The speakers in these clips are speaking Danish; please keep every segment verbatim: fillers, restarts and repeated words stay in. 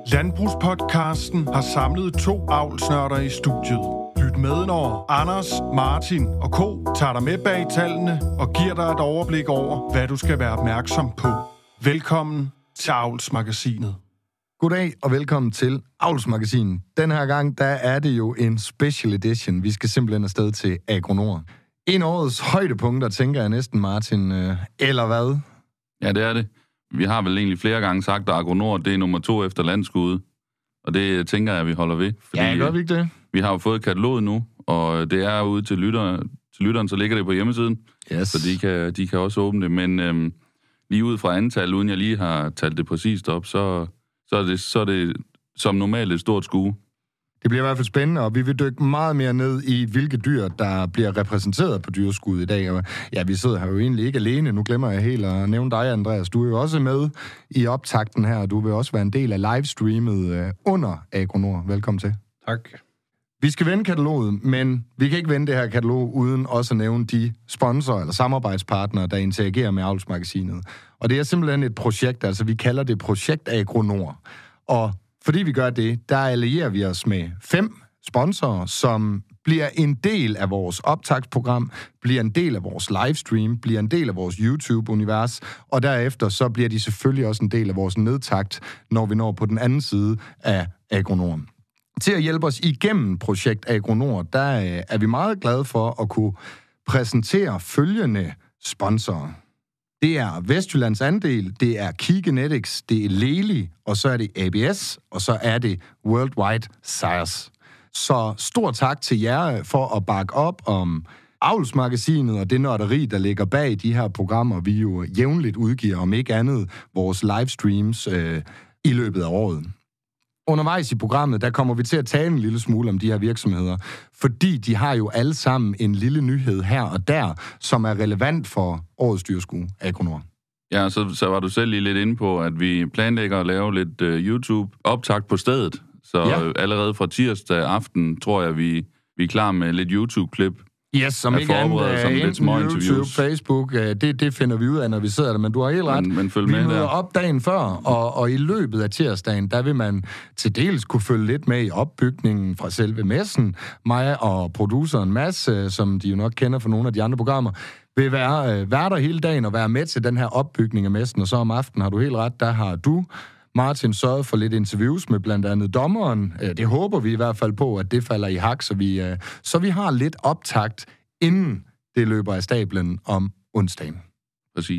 Landbrugspodcasten har samlet to avlsnørder i studiet. Lyt med, når Anders, Martin og Ko tager dig med bag tallene og giver dig et overblik over, hvad du skal være opmærksom på. Velkommen til Avlsmagasinet. Goddag og velkommen til Avlsmagasinet. Den her gang, der er det jo en special edition. Vi skal simpelthen afsted til Agronord. En af årets højdepunkter, tænker jeg næsten, Martin. Eller hvad? Ja, det er det. Vi har vel egentlig flere gange sagt, at Agronord, det er nummer to efter Landskud. Og det tænker jeg, at vi holder ved. Fordi ja, gør vi ikke det? Vi har jo fået kataloget nu, og det er ude til, lytter, til lytteren, så ligger det på hjemmesiden. Yes. Så de kan, de kan også åbne det. Men øhm, lige ud fra antal, uden jeg lige har talt det præcist op, så, så, er, det, så er det som normalt et stort skue. Det bliver i hvert fald spændende, og vi vil dykke meget mere ned i, hvilke dyr, der bliver repræsenteret på dyreskuet i dag. Og ja, vi sidder her jo egentlig ikke alene. Nu glemmer jeg helt at nævne dig, Andreas. Du er jo også med i optakten her, og du vil også være en del af livestreamet under Agronord. Velkommen til. Tak. Vi skal vende kataloget, men vi kan ikke vende det her katalog uden også at nævne de sponsorer eller samarbejdspartnere, der interagerer med Avlsmagasinet. Og det er simpelthen et projekt, altså vi kalder det Projekt Agronord. Og fordi vi gør det, der allierer vi os med fem sponsorer, som bliver en del af vores optagsprogram, bliver en del af vores livestream, bliver en del af vores YouTube-univers, og derefter så bliver de selvfølgelig også en del af vores nedtakt, når vi når på den anden side af Agronord. Til at hjælpe os igennem Projekt Agronord, der er vi meget glade for at kunne præsentere følgende sponsorer. Det er Vestjyllands Andel, det er Key Genetics, det er Lely, og så er det A B S, og så er det Worldwide Sires. Så stor tak til jer for at bakke op om Avlsmagasinet og det nørderi, der ligger bag de her programmer, vi jo jævnligt udgiver, om ikke andet, vores livestreams øh, i løbet af året. Undervejs i programmet, der kommer vi til at tale en lille smule om de her virksomheder, fordi de har jo alle sammen en lille nyhed her og der, som er relevant for årets dyrskue, Agronord. Ja, så, så var du selv lige lidt inde på, at vi planlægger at lave lidt uh, YouTube-optakt på stedet. Så ja. Allerede fra tirsdag aften, tror jeg, vi, vi er klar med lidt YouTube-klip. Yes, som ikke andet, enten YouTube, Facebook, det, det finder vi ud af, når vi sidder der, men du har helt ret. Men, men følg vi med møder der. op dagen før, og, og i løbet af tirsdagen, der vil man til dels kunne følge lidt med i opbygningen fra selve messen. Mig og produceren Mads, som de jo nok kender fra nogle af de andre programmer, vil være, være der hele dagen og være med til den her opbygning af messen, og så om aftenen har du helt ret, der har du, Martin, sørget for lidt interviews med blandt andet dommeren. Det håber vi i hvert fald på, at det falder i hak, så vi, så vi har lidt optakt, inden det løber af stablen om onsdagen. Præcis.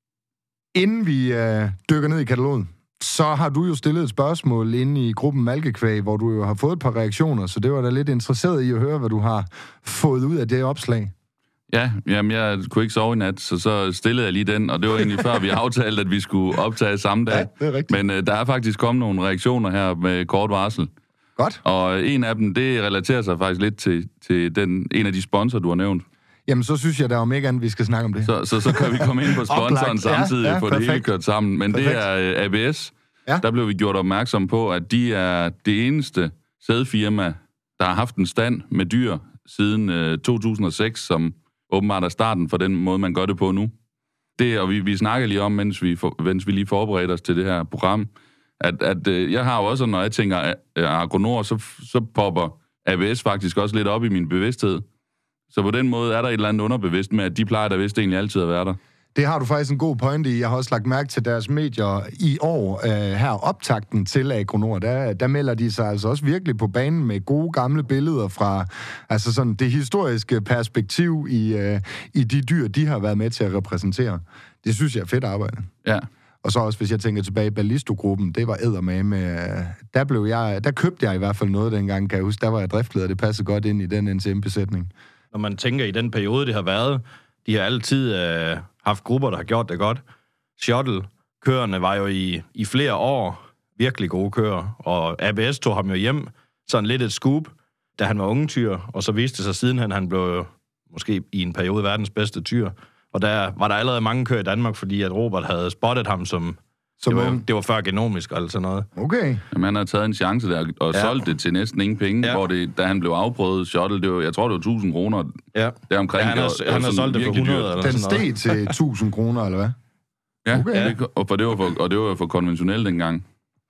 Inden vi øh, dykker ned i kataloget, så har du jo stillet et spørgsmål inde i gruppen Malkekvæg, hvor du jo har fået et par reaktioner, så det var da lidt interesseret i at høre, hvad du har fået ud af det opslag. Ja, jamen jeg kunne ikke sove i nat, så så stillede jeg lige den, og det var egentlig før vi aftalte, at vi skulle optage samme dag. Ja, det er rigtigt. Men øh, der er faktisk kommet nogle reaktioner her med kort varsel. Godt. Og en af dem, det relaterer sig faktisk lidt til, til den, en af de sponsorer, du har nævnt. Jamen, så synes jeg, der er om ikke andet, vi skal snakke om det. Så, så, så kan vi komme ind på sponsoren samtidig, ja, ja, få det hele kørt sammen. Men perfekt. Det er A B S. Ja. Der blev vi gjort opmærksom på, at de er det eneste sædfirma, der har haft en stand med dyr siden øh, to tusind og seks, som åbenbart er starten for den måde, man gør det på nu. Det, og vi, vi snakker lige om, mens vi, for, mens vi lige forbereder os til det her program, at, at øh, jeg har jo også, når jeg tænker øh, Agronord, så, så popper A B S faktisk også lidt op i min bevidsthed. Så på den måde er der et eller andet underbevidst med, at de plejer da vist egentlig altid at være der. Det har du faktisk en god pointe i. Jeg har også lagt mærke til deres medier i år, øh, her optakten til Agronord. Der, der melder de sig altså også virkelig på banen med gode gamle billeder fra altså sådan det historiske perspektiv i, øh, i de dyr, de har været med til at repræsentere. Det synes jeg er fedt arbejde. Ja. Og så også, hvis jeg tænker tilbage i Ballisto-gruppen, det var eddermame. Der, blev jeg, der købte jeg i hvert fald noget dengang, kan jeg huske. Der var jeg driftleder, det passede godt ind i den N C M-besætning. Når man tænker i den periode, det har været, de har altid øh, haft grupper, der har gjort det godt. Shuttle-kørerne var jo i, i flere år virkelig gode kører, og A B S tog ham jo hjem, sådan lidt et scoop, da han var unge tyr, og så viste det sig siden, han, han blev måske i en periode verdens bedste tyr. Og der var der allerede mange kører i Danmark, fordi at Robert havde spottet ham som... som det, var, det var før genomisk og sådan noget. Okay. Jamen, han har taget en chance der og ja. solgt det til næsten ingen penge, ja. hvor det, da han blev afprøvet shuttle, det var, jeg tror, det var tusind kroner. Ja. Der omkring. Ja, han har, det, han har solgt det for hundrede eller den sådan noget. steg til tusind kroner, eller hvad? Ja, okay. det, og, for det var for, og det var for konventionelt dengang.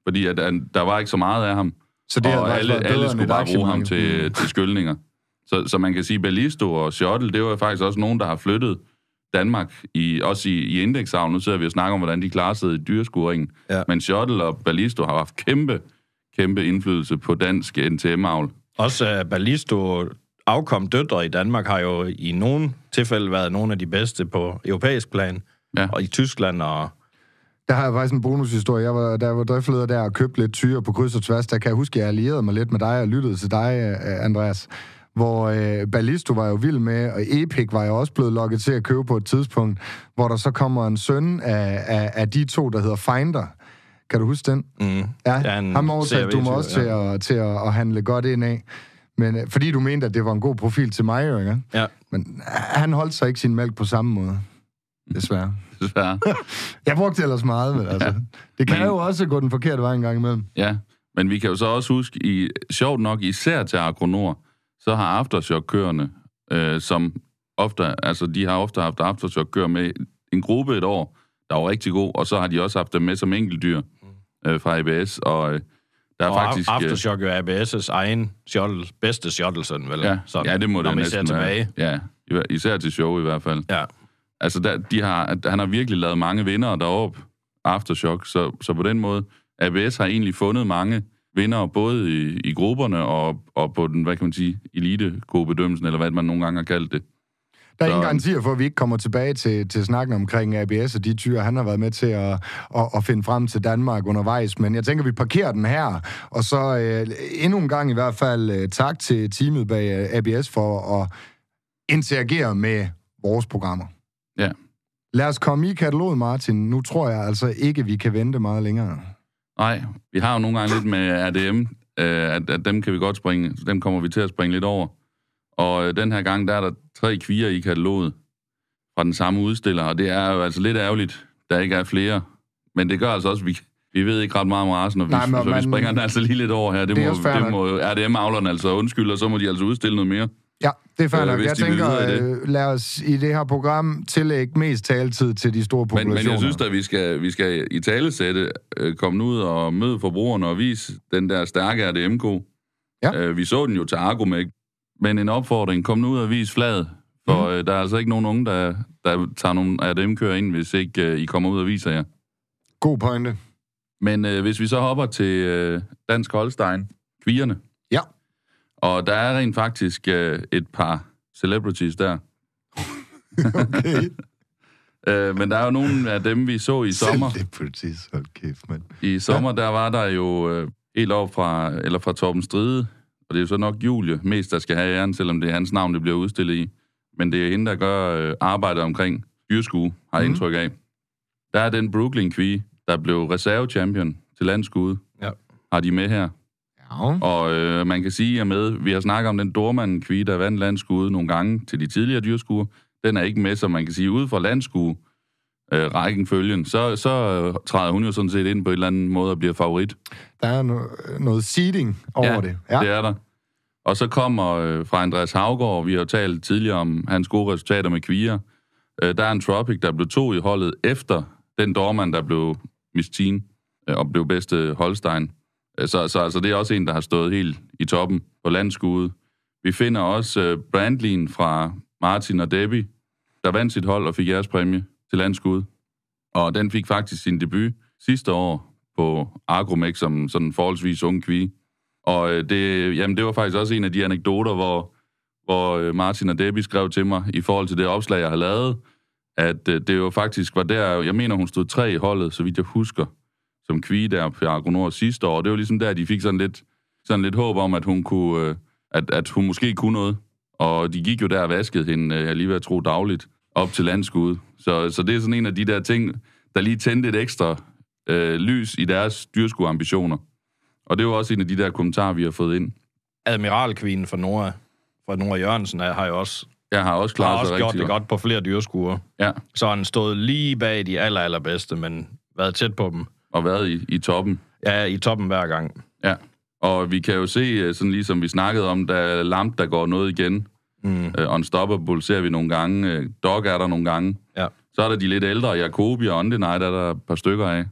fordi at, at der var ikke så meget af ham. Så det og alle, alle skulle bare bruge ham til, mm. til skyldninger. Så, så man kan sige, Ballisto og Shuttle, det var faktisk også nogen, der har flyttet Danmark, i, også i, i indeksavlen. Nu sidder vi og snakker om, hvordan de klarer sig i dyreskuringen. Ja. Men Shuttle og Ballisto har haft kæmpe, kæmpe indflydelse på dansk N T M-avl. Også uh, Ballisto afkom døtre i Danmark har jo i nogle tilfælde været nogle af de bedste på europæisk plan. Ja. Og i Tyskland og... Der har jeg faktisk en bonushistorie. Jeg var, der var driftleder der og købte lidt tyre på kryds og tværs. Der kan jeg huske, at jeg allierede mig lidt med dig og lyttede til dig, Andreas. Hvor øh, Ballisto var jo vild med, og Epic var jo også blevet lokket til at købe på et tidspunkt, hvor der så kommer en søn af, af, af de to, der hedder Finder. Kan du huske den? Mm. Ja, ham overtalte du mig også ja. til, at, til at, at handle godt ind af. Men øh, fordi du mente, at det var en god profil til mig, jo, ikke? Ja. Men han holdt sig ikke sin mælk på samme måde. Desværre. Desværre. Jeg brugte ellers meget, men altså. Ja. Det kan men, jo også gå den forkerte vej en gang imellem. Ja, men vi kan jo så også huske, i, sjovt nok især til Agronor, så har Aftershock-kørende, øh, som ofte, altså de har ofte haft Aftershock-kører med en gruppe et år, der var rigtig god, og så har de også haft dem med som enkeltdyr øh, fra A B S, og øh, der er og faktisk... Aftershock er A B S' egen shuttle, bedste shuttle, sådan vel? Ja, sådan, ja det må det næsten tilbage. Ja, især til show i hvert fald. Ja. Altså, der, de har, han har virkelig lavet mange vindere deroppe, Aftershock, så, så på den måde, A B S har egentlig fundet mange vindere, både i, i grupperne og, og på den, hvad kan man sige, elite-gruppedømmelsen, eller hvad man nogle gange har kaldt det. Der er ingen garantier for, at vi ikke kommer tilbage til, til snakken omkring A B S og de tyre, han har været med til at, at, at finde frem til Danmark undervejs. Men jeg tænker, vi parkerer den her, og så øh, endnu en gang i hvert fald øh, tak til teamet bag A B S for at interagere med vores programmer. Ja. Lad os komme i kataloget, Martin. Nu tror jeg altså ikke, vi kan vente meget længere. Nej, vi har jo nogle gange lidt med R D M, øh, at, at dem kan vi godt springe, dem kommer vi til at springe lidt over. Og øh, den her gang, der er der tre kvier i kataloget fra den samme udstiller, og det er jo altså lidt ærgerligt, der ikke er flere. Men det gør altså også, at vi, vi ved ikke ret meget om rasen, og vi, Nej, men, så vi springer den altså lige lidt over her. Det, det må, det må R D M-avlerne altså undskylde, og så må de altså udstille noget mere. Ja, det er fair nok. Jeg tænker, øh, lad os i det her program tillægge mest taletid til de store populationer. Men, men jeg synes at vi skal, vi skal i talesætte øh, komme ud og møde forbrugerne og vise den der stærke R D M-ko. Ja. Øh, vi så den jo til Agromec, men en opfordring, kom nu ud og vis flaget, for mm. øh, der er altså ikke nogen unge, der, der tager nogle R D M-kører ind, hvis ikke øh, I kommer ud og viser jer. God pointe. Men øh, hvis vi så hopper til øh, Dansk Holstein, kvierne. Ja. Og der er rent faktisk øh, et par celebrities der. Okay. øh, men der er jo nogle af dem, vi så i sommer. Celebrities, hold kæft, mand. I sommer, ja. Der var der jo øh, helt over fra, eller fra Torben Stride, og det er jo så nok Julie mest, der skal have æren, selvom det er hans navn, det bliver udstillet i. Men det er hende, der gør øh, arbejdet omkring dyrskue, har jeg mm. indtryk af. Der er den Brooklyn-kvie, der blev reserve-champion til landskue. Ja. Har de med her. Og øh, man kan sige, at med, vi har snakket om den Dormanden-kvie, der vandt landskuet nogle gange til de tidligere dyrskuer. Den er ikke med, som man kan sige, ude fra landskue øh, rækkenfølgen. Så, så øh, træder hun jo sådan set ind på en eller anden måde og bliver favorit. Der er no- noget seeding over ja, det. Ja, det er der. Og så kommer øh, fra Andreas Havgaard, vi har jo talt tidligere om hans gode resultater med kvier. Øh, der er en Tropic, der blev to i holdet efter den Dormand, der blev Miss Teen øh, og blev bedste Holstein. Så, så altså, det er også en, der har stået helt i toppen på landskuet. Vi finder også uh, Brandlin fra Martin og Debbie, der vandt sit hold og fik jeres præmie til landskuet. Og den fik faktisk sin debut sidste år på Agromec som sådan en forholdsvis ung kvie. Og uh, det, jamen, det var faktisk også en af de anekdoter, hvor, hvor uh, Martin og Debbie skrev til mig i forhold til det opslag, jeg har lavet, at uh, det jo faktisk var der, jeg mener, hun stod tre i holdet, så vidt jeg husker, som kvie der på Agronor sidste år. Det var ligesom der, de fik sådan lidt, sådan lidt håb om, at hun kunne, at, at hun måske kunne noget. Og de gik jo der og vaskede hende, jeg lige ved at tro dagligt, op til landskuet. Så, så det er sådan en af de der ting, der lige tændte et ekstra øh, lys i deres dyrskueambitioner. Og det var også en af de der kommentarer, vi har fået ind. Admiralkvinen fra Nora, fra Nora Jørgensen har jo også, jeg har også, klaret har også sig gjort det godt på flere dyrskuer. Ja. Så han stod lige bag de aller, allerbedste, men været tæt på dem. Og været i, i toppen. Ja, i toppen hver gang. Ja, og vi kan jo se, sådan ligesom vi snakkede om, der er Lamp, der går noget igen. Mm. Uh, Unstoppable ser vi nogle gange. Uh, Dog er der nogle gange. Ja. Så er der de lidt ældre, Jacobi og Ondenite er der et par stykker af.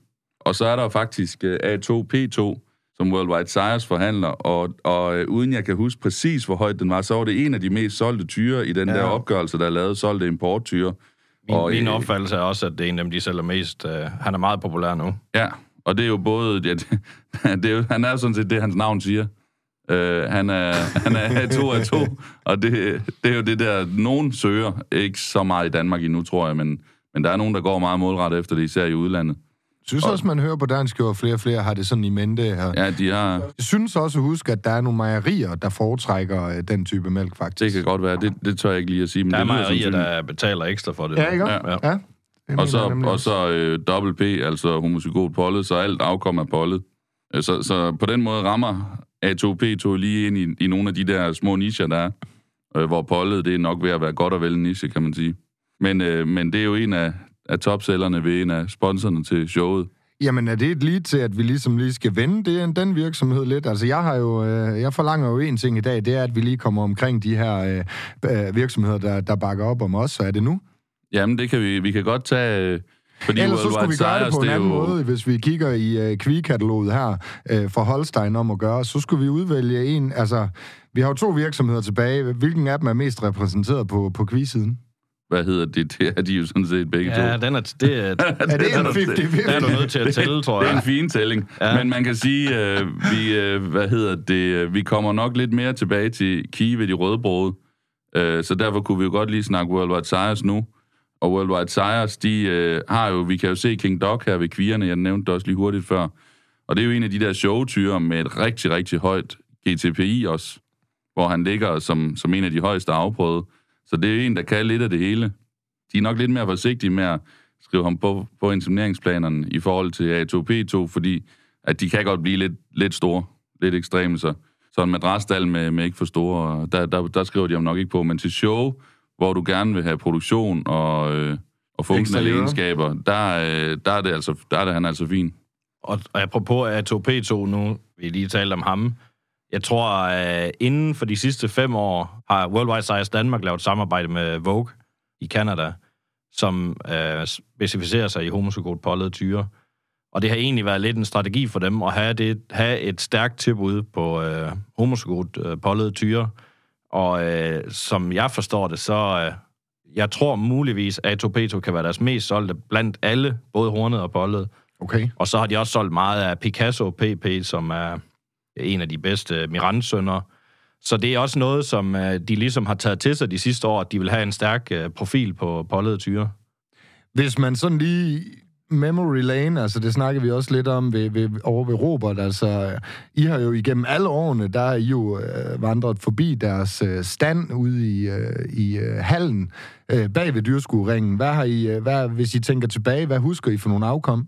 Og så er der jo faktisk A to P to, som Worldwide Sires forhandler, og, og uden jeg kan huske præcis, hvor højt den var, så var det en af de mest solgte tyre i den ja. der opgørelse, der er lavet, solgte importtyre. Min, og, min opfattelse er også, at det er en af dem, de sælger mest. Uh, han er meget populær nu. Ja, og det er jo både... Ja, det, det er jo, han er sådan set det, hans navn siger. Uh, han er, han er A to A to, og det, det er jo det der, nogen søger, ikke så meget i Danmark endnu, tror jeg, men, men der er nogen, der går meget målrettet efter det, især i udlandet. Jeg synes også, man hører på dansk, og flere og flere har det sådan i mente her. Ja, de har... Jeg synes også at huske, at der er nogle mejerier, der foretrækker den type mælk, faktisk. Det kan godt være. Det, det tør jeg ikke lige at sige. Men der er det mejerier, der betaler ekstra for det. Ja, ikke? Ja. ja. Og så, og så øh, dobbelt P, altså homozygot pollet, så alt afkom af pollet. Så, så på den måde rammer A to P to lige ind i, i nogle af de der små nicher, der er, øh, hvor pollet, det er nok ved at være godt og vel en niche, kan man sige. Men, øh, men det er jo en af... af topsellerne ved en af sponsorerne til showet. Jamen, er det et lead til, at vi ligesom lige skal vende det, den virksomhed lidt? Altså, jeg har jo, øh, jeg forlanger jo en ting i dag, det er, at vi lige kommer omkring de her øh, virksomheder, der, der bakker op om os. Så er det nu? Jamen, det kan vi, vi kan godt tage... Øh, fordi ellers så skulle vi gøre det på en anden jo... måde, hvis vi kigger i øh, Kvi-kataloget her øh, for Holstein om at gøre, så skulle vi udvælge en... Altså, vi har jo to virksomheder tilbage. Hvilken af dem er mest repræsenteret på, på Kvi-siden? Hvad hedder det? Det er de jo sådan set begge to. Ja, den er... Det er, er det en halvtreds halvtreds? Der er du nødt til at tælle, tror jeg. Det er en fin tælling. Ja. Men man kan sige, øh, vi, øh, hvad hedder det, vi kommer nok lidt mere tilbage til Kiev ved de rødbrøde. Øh, så derfor kunne vi jo godt lige snakke Worldwide Sires nu. Og Worldwide Sires, de øh, har jo... Vi kan jo se King Dog her ved kvierne. Jeg nævnte det også lige hurtigt før. Og det er jo en af de der showtyre med et rigtig, rigtig højt G T P I også, hvor han ligger som, som en af de højeste afprøvede. Så det er en, der kan lidt af det hele. De er nok lidt mere forsigtige med at skrive ham på, på inseminationsplanerne i forhold til A to P to, fordi at de kan godt blive lidt, lidt store, lidt ekstreme. Så, så en madrasdal med, med ikke for store, der, der, der skriver de ham nok ikke på. Men til show, hvor du gerne vil have produktion og, øh, og funktionelle egenskaber, der, øh, der, er det altså, der er det han altså fin. Og, og apropos A to P to nu, vi lige talt om ham. Jeg tror, at inden for de sidste fem år har Worldwide Sires Danmark lavet samarbejde med Vogue i Canada, som øh, specificerer sig i homozygot pollede tyre. Og det har egentlig været lidt en strategi for dem at have, det, have et stærkt tilbud på øh, homozygot øh, pollede tyre. Og øh, som jeg forstår det, så øh, jeg tror muligvis, at A to P to kan være deres mest solgte blandt alle, både hornet og pollet. Okay. Og så har de også solgt meget af Picasso P P, som er en af de bedste Mirand-sønner. Så det er også noget, som de ligesom har taget til sig de sidste år, at de vil have en stærk profil på pollede tyre. Hvis man sådan lige... Memory lane, altså det snakker vi også lidt om ved, ved, over ved Robert, altså I har jo igennem alle årene, der er I jo øh, vandret forbi deres øh, stand ude i, øh, i øh, hallen øh, bag ved dyrskueringen. Hvad har I, øh, hvad, hvis I tænker tilbage, hvad husker I for nogle afkom?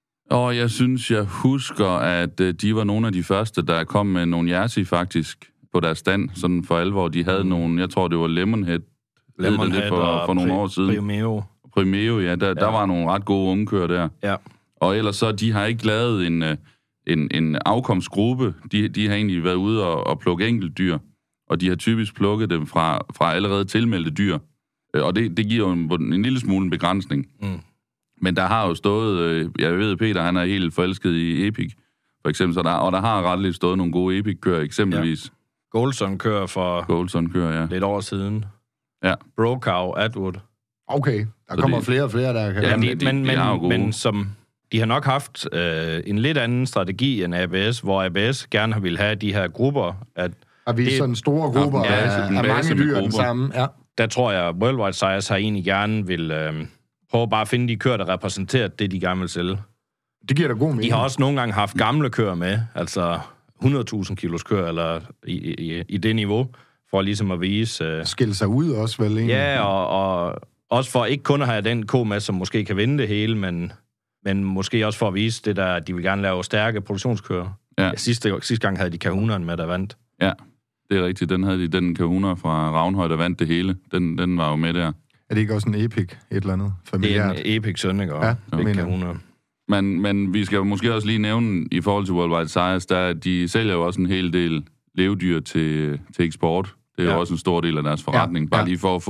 Og jeg synes, jeg husker, at øh, de var nogle af de første, der kom med nogle jersey faktisk på deres stand, sådan for alvor. De havde nogle, jeg tror det var Lemonhead, Lemonhead det for, for nogle år siden. Primeo. Primeo, ja, der, ja. der var nogle ret gode ungekører der. Ja. Og ellers så, de har ikke lavet en, en, en afkomstgruppe. De, de har egentlig været ude og, og plukke enkelt dyr, og de har typisk plukket dem fra, fra allerede tilmeldte dyr. Og det, det giver jo en, en lille smule en begrænsning. Mm. Men der har jo stået, jeg ved, Peter, han er helt forelsket i Epic, for eksempel, så der, og der har ret lidt stået nogle gode Epic-kører, eksempelvis. Ja. Goldson kører for Goldson kører, ja. lidt år siden. Ja. Brocow, Atwood. Okay, der så kommer det, flere og flere, der kan... Ja, men, de, men, de men, men som... De har nok haft øh, en lidt anden strategi end A B S, hvor A B S gerne har ville have de her grupper. At og vi er sådan store grupper ja, af, af mange dyr den samme. Ja. Der tror jeg, at Worldwide Sires har egentlig gerne vil øh, prøve bare at finde de køer, der repræsenterer det, de gerne vil sælge. Det giver da god mening. De har også nogle gange haft gamle køer med, altså hundrede tusind kilos køer, eller i, i, i det niveau, for ligesom at vise... Øh, skille sig ud også, vel egentlig. Ja, og, og også for ikke kun at have den ko med, som måske kan vinde det hele, men... men måske også for at vise det der, at de vil gerne lave stærke produktionskører. Ja. Sidste, sidste gang havde de Kahuneren med, der vandt. Ja, det er rigtigt. Den havde de, den Kahuner fra Ravnhøj, der vandt det hele. Den, den var jo med der. Er det ikke også en Epic, et eller andet familiært? Det er en Epic søn, ikke? Og ja, ikke Kahuner. Men, men vi skal måske også lige nævne, i forhold til Worldwide Sires, der de sælger jo også en hel del levedyr til, til eksport. Det er ja. jo også en stor del af deres forretning. Ja, Bare ja. lige for at få,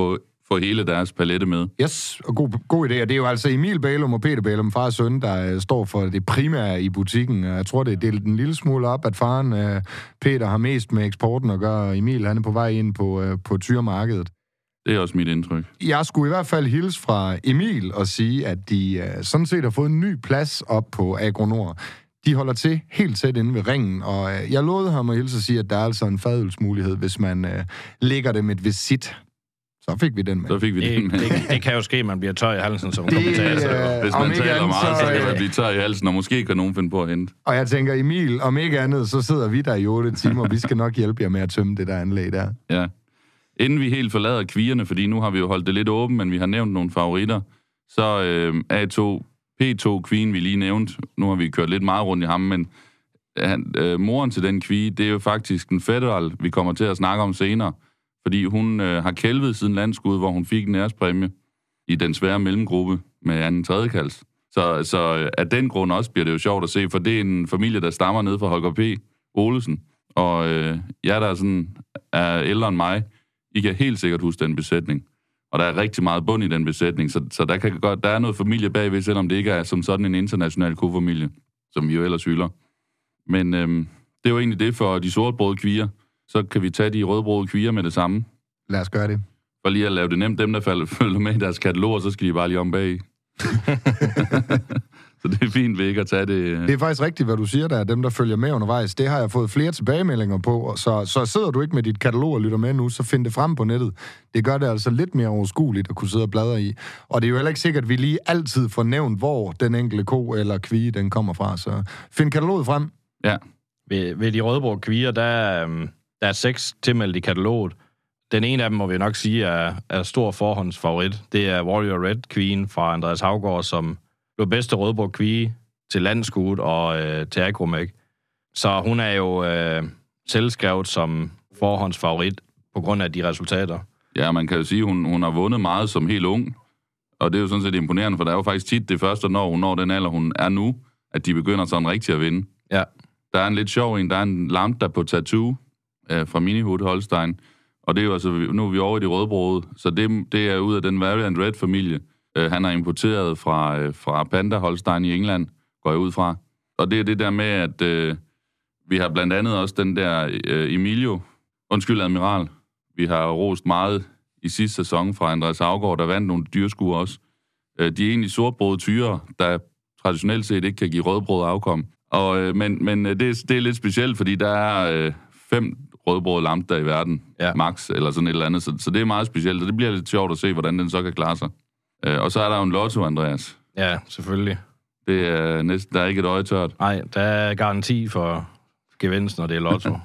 få hele deres palette med. Yes, og god, god idé. Og det er jo altså Emil Bælum og Peter Bælum, far og søn, der uh, står for det primære i butikken. Jeg tror, det er delt en lille smule op, at faren, uh, Peter, har mest med eksporten at gøre, og Emil, han er på vej ind på, uh, på tyremarkedet. Det er også mit indtryk. Jeg skulle i hvert fald hilse fra Emil og sige, at de uh, sådan set har fået en ny plads op på Agronord. De holder til helt tæt inde ved ringen, og uh, jeg lovede ham at hilse at sige, at der er altså en fadølsmulighed, hvis man uh, lægger dem et visit. Så fik vi den med. Så fik vi det, den med. Det, det kan jo ske, at man bliver tør i halsen som kommentator. Øh, Hvis man taler anden, meget, så, så kan man blive tør i halsen, og måske kan nogen finde på at hente. Og jeg tænker, Emil, om ikke andet, så sidder vi der i otte timer, vi skal nok hjælpe jer med at tømme det der anlæg der. Ja. Inden vi helt forlader kvierne, fordi nu har vi jo holdt det lidt åbent, men vi har nævnt nogle favoritter, så øh, A to, P to Queen, vi lige nævnt, nu har vi kørt lidt meget rundt i ham, men han, øh, moren til den kvie, det er jo faktisk en Federal, vi kommer til at snakke om senere, fordi hun øh, har kælvet siden landskud, hvor hun fik en ærespræmie i den svære mellemgruppe med anden tredjekals. Så, så af den grund også bliver det jo sjovt at se, for det er en familie, der stammer ned fra Holger P. Olesen. Og øh, jeg, der er, sådan, er ældre end mig, I kan helt sikkert huske den besætning. Og der er rigtig meget bund i den besætning, så, så der, kan godt, der er noget familie bagved, selvom det ikke er som sådan en international kofamilie, som vi jo ellers hylder. Men øh, det er jo egentlig det for de sortbrøde kvier. Så kan vi tage de rødbrøde kvier med det samme. Lad os gøre det. For lige at lave det nemt, dem der falder, følger med i deres kataloger, så skal de bare lige om bag. Så det er fint ved ikke at tage det. Det er faktisk rigtigt, hvad du siger der, dem der følger med undervejs. Det har jeg fået flere tilbagemeldinger på, så, så sidder du ikke med dit katalog og lytter med nu, så find det frem på nettet. Det gør det altså lidt mere overskueligt at kunne sidde og bladre i. Og det er jo heller ikke sikkert, at vi lige altid får nævnt, hvor den enkelte ko eller kvie, den kommer fra. Så find kataloget frem. Ja. Ved, ved de rødbrøde kvier, der, um, der er seks tilmeldt i kataloget. Den ene af dem, må vi nok sige, er, er stor forhåndsfavorit. Det er Warrior Red Queen fra Andreas Havgaard, som blev bedste rødbrød kvie til landskudt og øh, til Agromec. Så hun er jo øh, selvskrevet som forhåndsfavorit på grund af de resultater. Ja, man kan jo sige, at hun, hun har vundet meget som helt ung. Og det er jo sådan set imponerende, for der er jo faktisk tit det første, når hun når den alder, hun er nu, at de begynder sådan rigtig at vinde. Ja. Der er en lidt sjov en. Der er en Lambda på tattoo øh, fra Minihood Holstein. Og det er jo altså, nu er vi over i det rødbrøde, så det, det er ud af den Variant Red-familie. Uh, han har importeret fra, uh, fra Panda Holstein i England, går jeg ud fra. Og det er det der med, at uh, vi har blandt andet også den der uh, Emilio, undskyld Admiral, vi har rost meget i sidste sæson fra Andreas Havgaard, der vandt nogle dyrskuer også. Uh, de er egentlig sortbrøde tyre, der traditionelt set ikke kan give rødbrød afkom. Og, uh, men men uh, det, det er lidt specielt, fordi der er uh, fem rødbrød lambda i verden, ja. Max, eller sådan et eller andet. Så, så det er meget specielt, og det bliver lidt sjovt at se, hvordan den så kan klare sig. Uh, og så er der jo en lotto, Andreas. Ja, selvfølgelig. Det er næsten, der er ikke et øje tørt. Nej, der er garanti for gevinst, når det er lotto.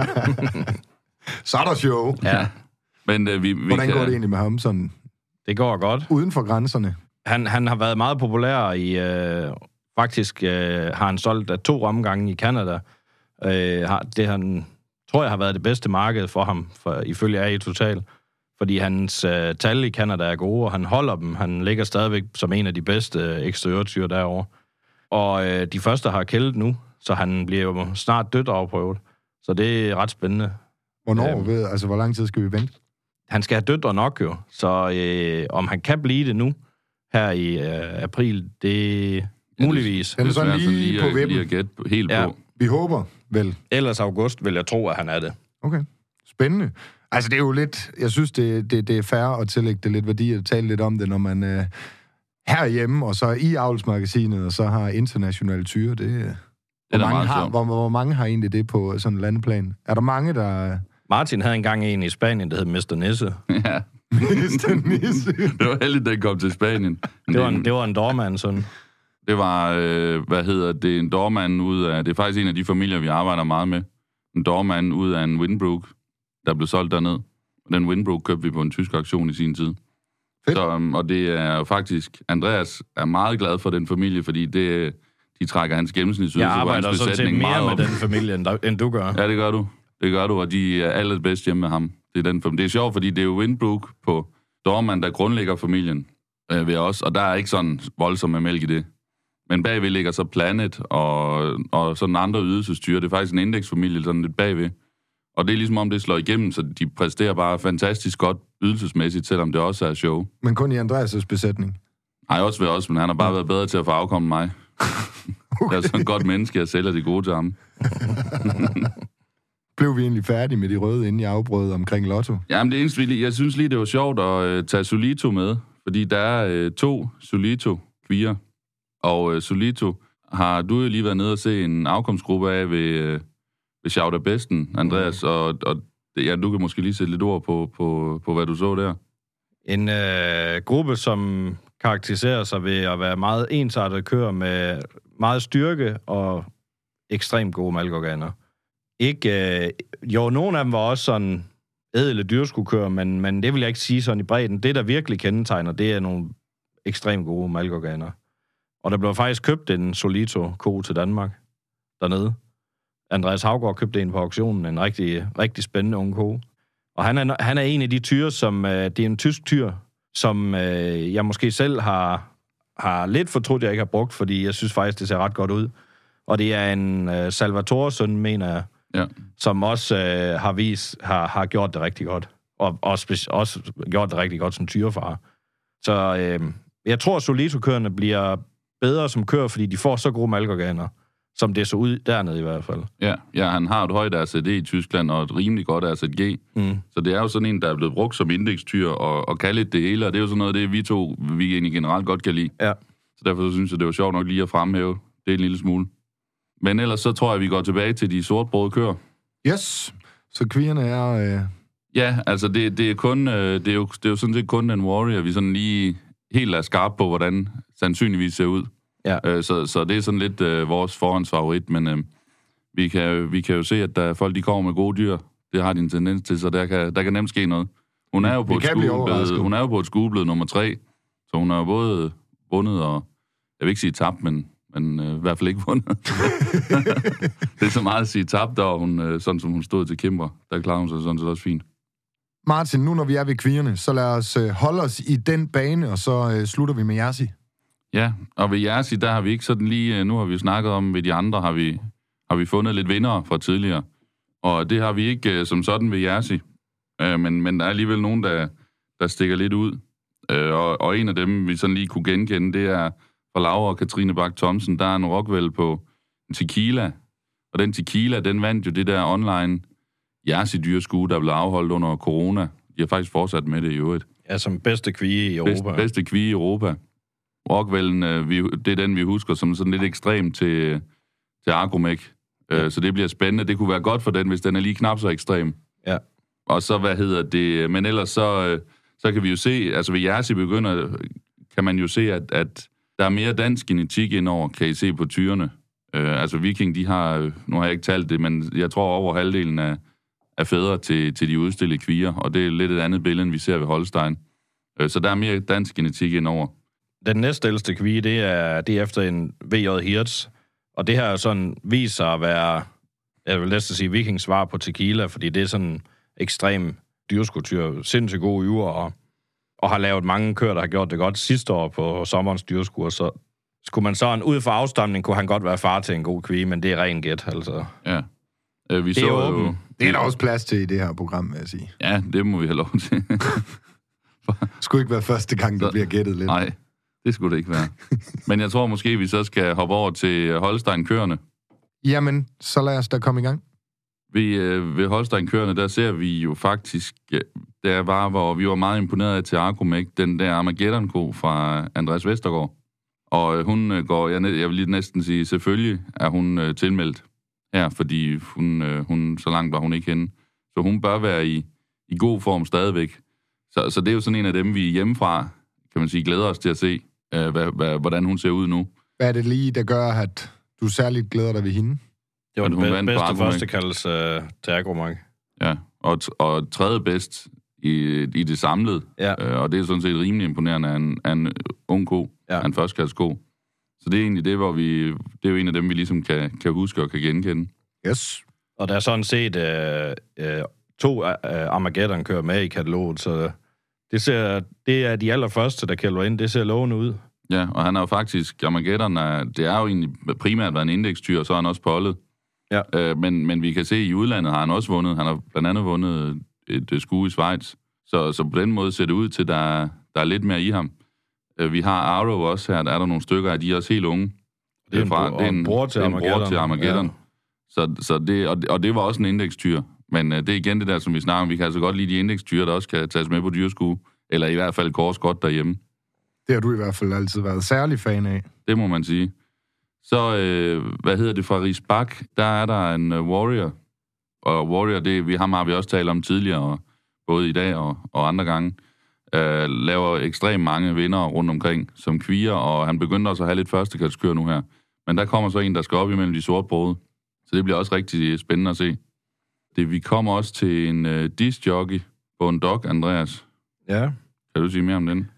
Så er der show. Ja. Men uh, vi, vi Hvordan kan... går det egentlig med ham sådan? Det går godt. Uden for grænserne? Han, han har været meget populær i... Øh, faktisk øh, har han solgt af to omgange i Canada. Øh, har, det han, tror jeg har været det bedste marked for ham, for, ifølge A I Total. Fordi hans øh, tal i Canada er gode, og han holder dem. Han ligger stadigvæk som en af de bedste øh, eksteriørtyre derovre. Og øh, de første har kældet nu, så han bliver jo snart dødt afprøvet. Så det er ret spændende. Hvornår? Ved, altså, hvor lang tid skal vi vente? Han skal have døtre nok jo, så øh, om han kan blive det nu, her i øh, april, det er muligvis. Den er sådan lige, lige på vippen. Lige at gætte helt ja. på. Vi håber vel. Ellers august vil jeg tro, at han er det. Okay, spændende. Altså, det er jo lidt... Jeg synes, det, det, det er fair at tillægge det lidt værdi at tale lidt om det, når man øh, herhjemme, og så i avlsmagasinet, og så har internationale tyre, det... det hvor, mange har, hvor, hvor mange har egentlig det på sådan en landeplan? Er der mange, der... Martin havde engang en i Spanien, der hed mister Nisse. Ja. mister Nisse. Det var heldigt, den kom til Spanien. Det var en, det var en dormand, sådan. Det var, øh, hvad hedder det, en dormand ud af... Det er faktisk en af de familier, vi arbejder meget med. En dormand ud af en Winbrook, der blev solgt derned. Den Winbrook købte vi på en tysk auktion i sin tid. Så, um, og det er jo faktisk... Andreas er meget glad for den familie, fordi det, de trækker hans gennemsnitsydelse på hans besætning meget op. Jeg arbejder mere med den familie, end, der, end du gør. Ja, det gør du. Det gør du, og de er allerbedst hjemme med ham. Det er, den, det er sjovt, fordi det er jo Winbrook på Dorman, der grundlægger familien øh, ved os, og der er ikke sådan voldsom med mælk i det. Men bagved ligger så Planet og, og sådan andre ydelsestyre. Det er faktisk en indeksfamilie sådan lidt bagved. Og det er ligesom om, det slår igennem, så de præsterer bare fantastisk godt, ydelsesmæssigt, selvom det også er show. Men kun i Andreas' besætning? Nej, også ved os, men han har bare ja. været bedre til at få afkommet mig. Okay. Jeg er sådan et godt menneske, jeg sælger de gode til ham. Blev vi egentlig færdige med de røde, inden jeg afbrød omkring Lotto? Jamen det eneste, jeg synes lige, det var sjovt at uh, tage Solito med, fordi der er uh, to Solito-kvier, og uh, Solito har du jo lige været nede og se en afkomstgruppe af ved, uh, ved Schauder Besten, Andreas, mm. og, og ja, du kan måske lige sætte lidt ord på, på, på hvad du så der. En øh, gruppe, som karakteriserer sig ved at være meget ensartet køer med meget styrke og ekstremt gode malkorganer. Ikke, øh, jo, nogle af dem var også sådan ædle dyrskukøer, men, men det vil jeg ikke sige sådan i bredden. Det, der virkelig kendetegner, det er nogle ekstremt gode malkorganer. Og der blev faktisk købt en Solito-ko til Danmark dernede. Andreas Havgaard købte en på auktionen, en rigtig, rigtig spændende ung ko. Og han er, han er en af de tyre, som... Øh, det er en tysk tyr, som øh, jeg måske selv har, har lidt fortrudt, jeg ikke har brugt, fordi jeg synes faktisk, det ser ret godt ud. Og det er en øh, Salvatore-søn, mener jeg, ja. som også øh, har vist, har, har gjort det rigtig godt. Og også, også gjort det rigtig godt som tyrefar. Så øh, jeg tror, at Solito-køerne bliver bedre som kører, fordi de får så gode malkorganer, som det så ud dernede i hvert fald. Ja, ja, han har et højt R Z D i Tyskland, og et rimelig godt R Z G. Mm. Så det er jo sådan en, der er blevet brugt som indekstyr, og, og kan lidt det hele, og det er jo sådan noget, det vi to, vi egentlig generelt godt kan lide. Ja. Så derfor synes jeg, det var sjovt nok lige at fremhæve det en lille smule. Men ellers så tror jeg, vi går tilbage til de sortbrøde køer. Yes, så kvierne er... Øh... Ja, altså det, det, er kun, øh, det, er jo, det er jo sådan set kun en Warrior, vi sådan lige helt er skarpe på, hvordan sandsynligvis ser ud. Ja. Øh, så, så det er sådan lidt øh, vores forhåndsfavorit, men øh, vi, kan, vi kan jo se, at der folk de kommer med gode dyr. Det har de en tendens til, så der kan, der kan nemt ske noget. Hun er jo på, et skue, hun er jo på et skue blevet nummer tre, så hun har jo både vundet og, jeg vil ikke sige tabt, men, men øh, i hvert fald ikke vundet. Det er så meget at sige tabt, og hun, øh, sådan som hun stod til Kimber, der klarer hun sig sådan set også fint. Martin, nu når vi er ved kvierne, så lad os øh, holde os i den bane, og så øh, slutter vi med Jersey. Ja, og ved Jersey, der har vi ikke sådan lige... Nu har vi jo snakket om, ved de andre har vi, har vi fundet lidt vindere fra tidligere. Og det har vi ikke uh, som sådan ved Jersey. Uh, men, men der er alligevel nogen, der, der stikker lidt ud. Uh, og, og en af dem, vi sådan lige kunne genkende, det er fra Laura og Katrine Bak Thomsen. Der er en Rockwell på en tequila. Og den tequila, den vandt jo det der online Jersey-dyreskue, der blev afholdt under corona. De har faktisk fortsat med det i øvrigt. Ja, som bedste kvie i Europa. Bedste, bedste kvie i Europa. Rockwellen, øh, vi, det er den, vi husker som sådan lidt ekstrem til, til Agromec. Ja. Øh, så det bliver spændende. Det kunne være godt for den, hvis den er lige knap så ekstrem. Ja. Og så, hvad hedder det... Men ellers så, øh, så kan vi jo se... Altså ved Jersey begynder... Kan man jo se, at, at der er mere dansk genetik indover, kan I se på tyrene. Øh, altså Viking, de har... Nu har jeg ikke talt det, men jeg tror over halvdelen af, af fædre til, til de udstillede kvier. Og det er lidt et andet billede, end vi ser ved Holstein. Øh, så der er mere dansk genetik indover. Den næstældste kvie, det er, det er efter en V J Hirtz. Og det her sådan viser at være, jeg vil næsten sige, Vikings svar på tequila, fordi det er sådan ekstrem dyrskutyr, sindssygt gode yver, og, og har lavet mange køer, der har gjort det godt sidste år på sommerens dyrskur. Så skulle man sådan, ud fra afstamning, kunne han godt være far til en god kvie, men det er ren gæt, altså. Ja. Øh, vi det så er åben. Jo... Det er der også plads til i det her program, vil jeg sige. Ja, det må vi have lov til. Skulle ikke være første gang, der bliver gættet lidt. Nej. Det skulle det ikke være. Men jeg tror måske, vi så skal hoppe over til Holstein-køerne. Jamen, så lad os da komme i gang. Ved, øh, ved Holstein-køerne, der ser vi jo faktisk, der var, hvor vi var meget imponeret af til Agromec, den der Armageddon-ko fra Andreas Vestergaard. Og hun går, jeg, jeg vil lige næsten sige, selvfølgelig er hun øh, tilmeldt her, fordi hun, øh, hun, så langt var hun ikke henne. Så hun bør være i, i god form stadigvæk. Så, så det er jo sådan en af dem, vi hjemmefra, kan man sige, glæder os til at se, øh, hvad, hvad, hvordan hun ser ud nu. Hvad er det lige, der gør, at du særligt glæder dig ved hende? Det var den be- bedste førstekaldelse uh, til Agromec. Ja, og, t- og tredje bedst i, i det samlede. Ja. Øh, og det er sådan set rimelig imponerende af en, af en ung ko, ja. Af en førstekaldsko. Så det er egentlig det, hvor vi... Det er jo en af dem, vi ligesom kan, kan huske og kan genkende. Yes. Og der er sådan set øh, øh, to øh, Armageddon kører med i kataloget, så... Det, ser, det er de allerførste, der kælder ind. Det ser lovende ud. Ja, og han er jo faktisk... Armageddon, er, det er jo egentlig primært været en indekstyr, og så er han også pollet. Ja. Øh, men, men vi kan se, at i udlandet har han også vundet. Han har blandt andet vundet et, et skue i Schweiz. Så, så på den måde ser det ud til, at der, der er lidt mere i ham. Vi har Arrow også her, der er der nogle stykker af, de er også helt unge. Det er en, fra, det er en bror til Armageddon. til Armageddon. Ja. Så, så det, og, det, og det var også en indekstyr. Men uh, det er igen det der, som vi snakker om. Vi kan altså godt lide de indekstyr, der også kan tages med på dyrskue. Eller i hvert fald kors godt derhjemme. Det har du i hvert fald altid været særlig fan af. Det må man sige. Så, øh, hvad hedder det, fra Rigsbak, der er der en uh, Warrior. Og Warrior, det vi, ham har vi også talt om tidligere, både i dag og, og andre gange. Uh, laver ekstremt mange vinder rundt omkring som kvier, og han begynder også at have lidt førstekaldskør nu her. Men der kommer så en, der skal op imellem de sorte brode. Så det bliver også rigtig spændende at se. Det, vi kommer også til en uh, disc-jockey på en dog, Andreas. Ja. Kan du sige mere om den?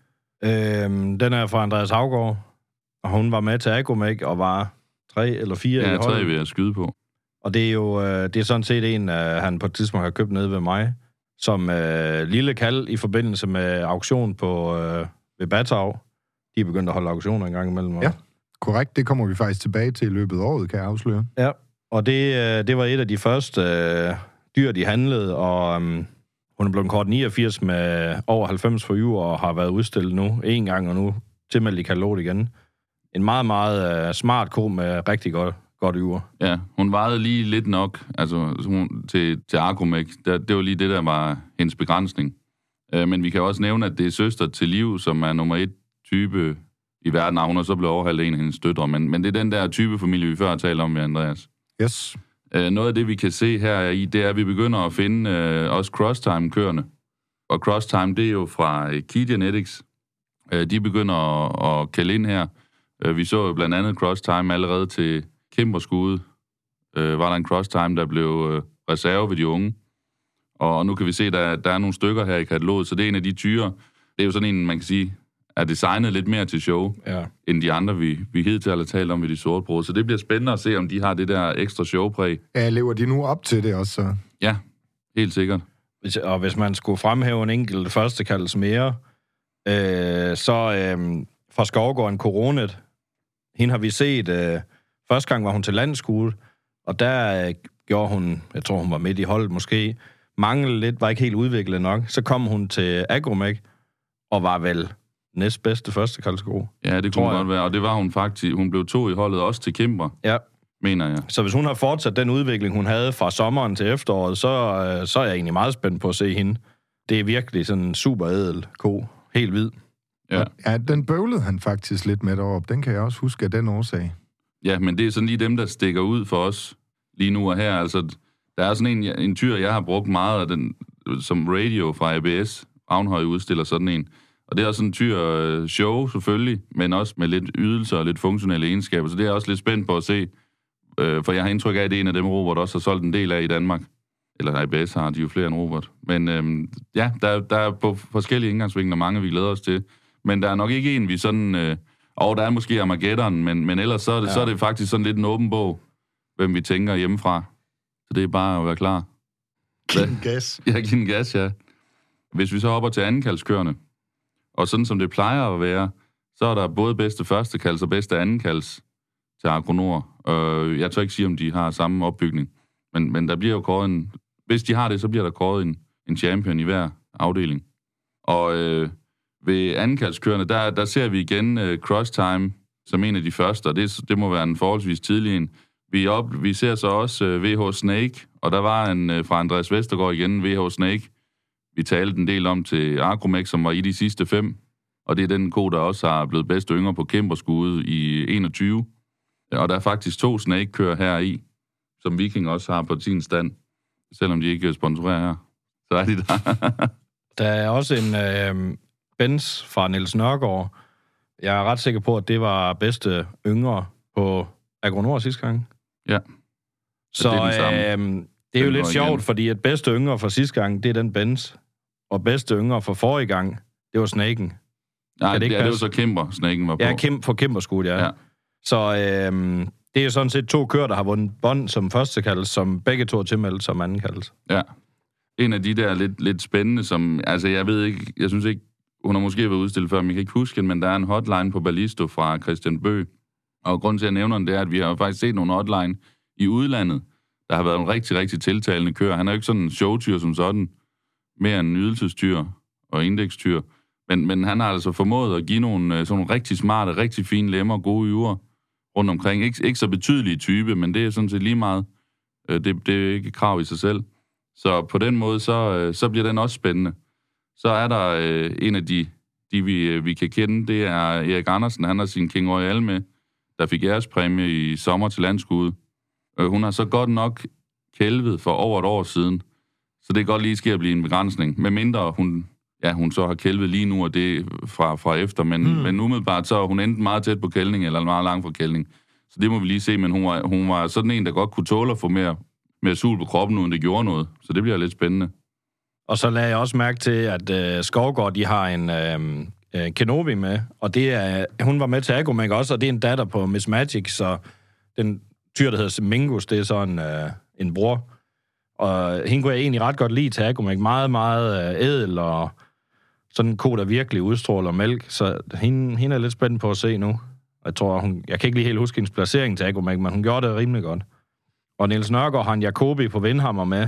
Øhm, den er fra Andreas Havgaard, og hun var med til Agromec og var tre eller fire ja, i holdet. tre vil jeg skyde på. Og det er jo øh, det er sådan set en, øh, han på et tidspunkt har købt nede ved mig, som øh, lille kald i forbindelse med auktion på øh, ved Batau. De er begyndt at holde auktioner en gang imellem. Ja, korrekt. Det kommer vi faktisk tilbage til i løbet af året, kan jeg afsløre. Ja, og det, øh, det var et af de første øh, dyr, de handlede, og øh, hun er blevet kort niogfirs med over halvfems for uger og har været udstillet nu en gang, og nu tilmeldt i kataloget igen. En meget, meget øh, smart ko med rigtig godt, godt yver. Ja, hun vejede lige lidt nok altså, hun, til, til Agromec. Det, det var lige det, der var hendes begrænsning. Øh, men vi kan også nævne, at det er søster til Liv, som er nummer et type i verden, og hun er så blevet overhaltet en af hendes døtre. Men, men det er den der type familie, vi før har talt om med Andreas. Yes. Øh, noget af det, vi kan se her i, det er, at vi begynder at finde øh, også cross-time-kørende. Og cross-time, det er jo fra øh, Key Genetics. Øh, de begynder at, at kalde ind her. Øh, vi så jo blandt andet cross-time allerede til Kimberskude. Øh, var der en cross-time, der blev øh, reserve ved de unge. Og, og nu kan vi se, at der, der er nogle stykker her i kataloget, så det er en af de tyre. Det er jo sådan en, man kan sige, er designet lidt mere til show, ja. End de andre, vi, vi hidtil har talt om ved de sorte brød. Så det bliver spændende at se, om de har det der ekstra showpræg. Ja, lever de nu op til det også? Så? Ja, helt sikkert. Hvis, og hvis man skulle fremhæve en enkelt førstekaldelse mere, øh, så øh, fra Skovgården Coronet, hende har vi set, øh, første gang var hun til landskole, og der øh, gjorde hun, jeg tror hun var midt i holdet måske, manglede lidt, var ikke helt udviklet nok. Så kom hun til Agromec, og var vel næstbedste førstekaldsgro. Ja, det kunne godt være, og det var hun faktisk. Hun blev to i holdet også til Kimber, ja. Mener jeg. Så hvis hun har fortsat den udvikling, hun havde fra sommeren til efteråret, så, øh, så er jeg egentlig meget spændt på at se hende. Det er virkelig sådan en super ædel ko. Helt hvid. Ja. Ja, den bøvlede han faktisk lidt med deroppe. Den kan jeg også huske af den årsag. Ja, men det er sådan lige dem, der stikker ud for os lige nu og her. Altså, der er sådan en, en tyr, jeg har brugt meget af den, som radio fra A B S. Ravnhøj udstiller sådan en. Og det er også sådan en tyr show, selvfølgelig, men også med lidt ydelser og lidt funktionelle egenskaber. Så det er jeg også lidt spændt på at se. For jeg har indtryk af, at det er en af dem, Robert også har solgt en del af i Danmark. Eller A B S har de jo flere end Robert. Men øhm, ja, der, der er på forskellige indgangsvinkler mange, vi glæder os til. Men der er nok ikke en, vi sådan... Øh, og der er måske Armageddon, men, men ellers så er, det, ja. så er det faktisk sådan lidt en åben bog, hvem vi tænker hjemmefra. Så det er bare at være klar. Giv den gas. Ja, giv den gas, ja. Hvis vi så hopper til andenkaldskørende, og sådan som det plejer at være, så er der både bedste førstekalds og bedste andenkalds til Agronor. Øh, jeg tør ikke sige, om de har samme opbygning. Men, men der bliver jo kåret en... Hvis de har det, så bliver der kåret en, en champion i hver afdeling. Og øh, ved andenkaldskørende, der, der ser vi igen øh, Cross Time som en af de første, og det, det må være en forholdsvis tidlig en. Vi, op, vi ser så også øh, V H Snake, og der var en øh, fra Andreas Vestergaard igen, V H Snake. Vi talte en del om til Agromec, som var i de sidste fem, og det er den ko, der også har blevet bedste yngre på Kimberskude i enogtyve. Og der er faktisk to Snake-kører her i, som Viking også har på sin stand, selvom de ikke sponsorerer her. Så er de der. Der er også en øh, Benz fra Niels Nørgaard. Jeg er ret sikker på, at det var bedste yngre på Agronor sidste gang. Ja. Så det er, øh, det er jo lidt sjovt, igen. Fordi at bedste yngre fra sidste gang, det er den Benz. Og bedste yngre fra forrige gang, det var Snaken. Nej, det, det, det var så Kimber, Snaken var på. Ja, Kim, for Kimberskud, ja. ja. Så øh, det er jo sådan set to kører, der har vundet bånd som første kaldes, som begge to er tilmeldt som anden kaldes. Ja. En af de der lidt, lidt spændende, som... Altså, jeg ved ikke... Jeg synes ikke... Hun har måske været udstillet før, men jeg kan ikke huske men der er en hotline på Ballisto fra Christian Bø. Og grunden til, at jeg nævner den, det er, at vi har faktisk set nogle hotline i udlandet, der har været en rigtig, rigtig tiltalende kører. Han er jo ikke sådan en showtyr som sådan, mere en nydelsestyr. og indekstyr. Men, men han har altså formået at give nogle sådan nogle rigtig smarte, rigtig fine lemmer, gode yver rundt omkring. Ik- ikke så betydelige type, men det er sådan set lige meget. Det, det er ikke krav i sig selv. Så på den måde, så, så bliver den også spændende. Så er der øh, en af de, de vi, vi kan kende, det er Erik Andersen. Han har sin King Royal med, der fik ærespræmie i sommer til landskuddet. Øh, hun har så godt nok kælvet for over et år siden, så det kan godt lige ske at blive en begrænsning. Med mindre hun, ja, hun så har kælvet lige nu, og det fra, fra efter, men, hmm. men umiddelbart så er hun enten meget tæt på kælning, eller meget langt fra kælning. Så det må vi lige se, men hun var, hun var sådan en, der godt kunne tåle at få mere, mere sul på kroppen, uden det gjorde noget. Så det bliver lidt spændende. Og så lagde jeg også mærke til, at øh, Skovgaard, de har en øh, øh, Kenobi med, og det er, hun var med til Agromag også, og det er en datter på Miss Magic, så den tyr, der hedder Mingus, det er så en, øh, en bror. Og hende kunne jeg egentlig ret godt lide til Agromag. Meget, meget øh, ædel, og sådan en ko, der virkelig udstråler mælk. Så hende, hende er lidt spændt på at se nu. Jeg tror, hun, jeg kan ikke lige helt huske hendes placering til Agromag, men hun gjorde det rimelig godt. Og Niels Nørgaard har en Jacobi på Vindhammer med,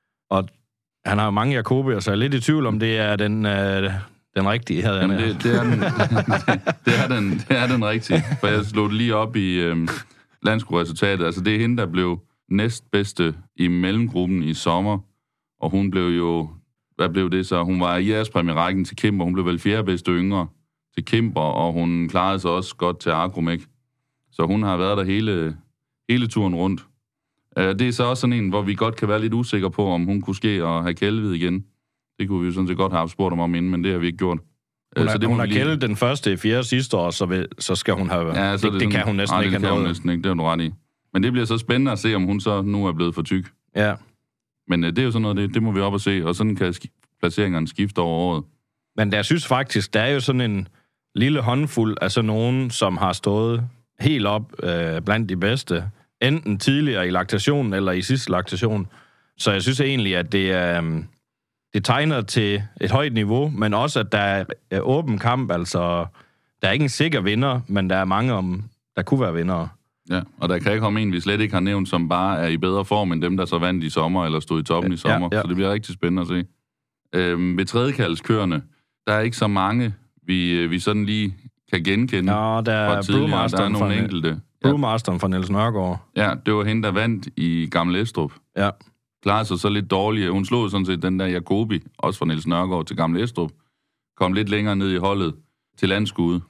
og han har jo mange Jacobier, så jeg er lidt i tvivl om, det er den, øh, den rigtige her. Jamen, det, det, er den, det, er den, det er den rigtige, for jeg slog det lige op i øh, landskuresultatet. Altså, det er hende, der blev næstbedste i mellemgruppen i sommer, og hun blev jo, hvad blev det så? Hun var i ærespræmie-rækken til Kimber, hun blev vel fjerde bedste yngre til Kimber, og hun klarede sig også godt til Agromag. Så hun har været der hele, hele turen rundt. Det er så også sådan en, hvor vi godt kan være lidt usikre på, om hun kunne ske og have kælvet igen. Det kunne vi jo sådan set godt have spurgt om inden, men det har vi ikke gjort. Hun, er, så det hun har lige... kældet den første i fjerde sidste år, så, vil, så skal hun have... Ja, så det, det, det, det kan hun næsten nej, ikke det have noget. næsten ikke, det er du ret i. Men det bliver så spændende at se, om hun så nu er blevet for tyk. Ja. Men det er jo sådan noget, det, det må vi op og se, og sådan kan sk- placeringerne skifte over året. Men jeg synes faktisk, der er jo sådan en lille håndfuld af sådan nogen, som har stået helt op øh, blandt de bedste, enten tidligere i laktationen eller i sidste laktation. Så jeg synes egentlig, at det er, det tegner til et højt niveau, men også, at der er åben kamp. Altså, der er ikke en sikker vinder, men der er mange, om der kunne være vindere. Ja, og der kan ikke komme en, vi slet ikke har nævnt, som bare er i bedre form end dem, der så vandt i sommer, eller stod i toppen ja, i sommer. Ja, ja. Så det bliver rigtig spændende at se. Øhm, ved tredjekaldskørende, der er ikke så mange, vi, vi sådan lige kan genkende. Nå, der er Brewmasteren der er nogle fra, enkelte. Brewmasteren fra Niels Nørgaard. Ja, det var hende, der vandt i Gammel Estrup. Ja. Klarede sig så lidt dårligt. Hun slog sådan set den der Jacobi, også fra Niels Nørgaard til Gammel Estrup. Kom lidt længere ned i holdet til landskude.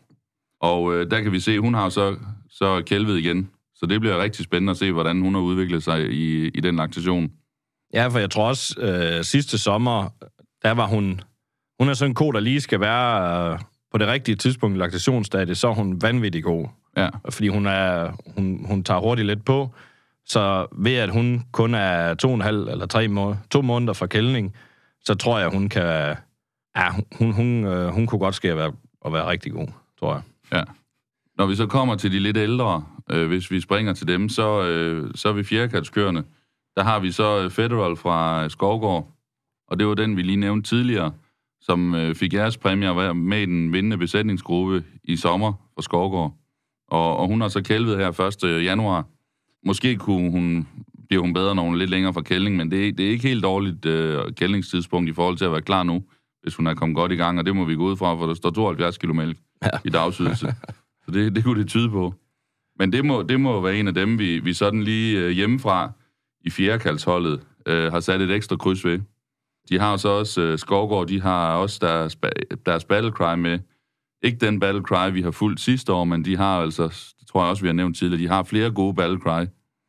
Og øh, der kan vi se, hun har så, så kælvet igen. Så det bliver rigtig spændende at se, hvordan hun har udviklet sig i, i den laktation. Ja, for jeg tror også, øh, sidste sommer, der var hun... Hun er sådan en ko, der lige skal være øh, på det rigtige tidspunkt i laktationsstadiet, så er hun vanvittig god. Ja. Fordi hun, er, hun, hun tager hurtigt lidt på. Så ved at hun kun er to og en halv eller tre må, to måneder fra kældning, så tror jeg, hun kan... Ja, hun, hun, øh, hun kunne godt ske at være, at være rigtig god, tror jeg. Ja. Når vi så kommer til de lidt ældre, øh, hvis vi springer til dem, så, øh, så er vi fjerdekalskørende. Der har vi så Federal fra Skovgaard, og det var den, vi lige nævnte tidligere, som øh, fik jeres præmier var med i den vindende besætningsgruppe i sommer for Skovgaard. Og, og hun har så kælvet her første januar. Måske kunne hun, bliver hun bedre, når hun er lidt længere fra kældning, men det, det er ikke helt dårligt øh, kældningstidspunkt i forhold til at være klar nu, hvis hun er kommet godt i gang, og det må vi gå ud fra, for der står tooghalvfjerds kilo mælk ja. i dagsydelse. Så det, det kunne det tyde på. Men det må, det må være en af dem, vi, vi sådan lige øh, hjemmefra i fjerdekaldsholdet øh, har sat et ekstra kryds ved. De har så også, øh, Skovgaard, de har også deres, deres battle cry med. Ikke den battle cry, vi har fulgt sidste år, men de har altså, det tror jeg også, vi har nævnt tidligere, de har flere gode battle cry.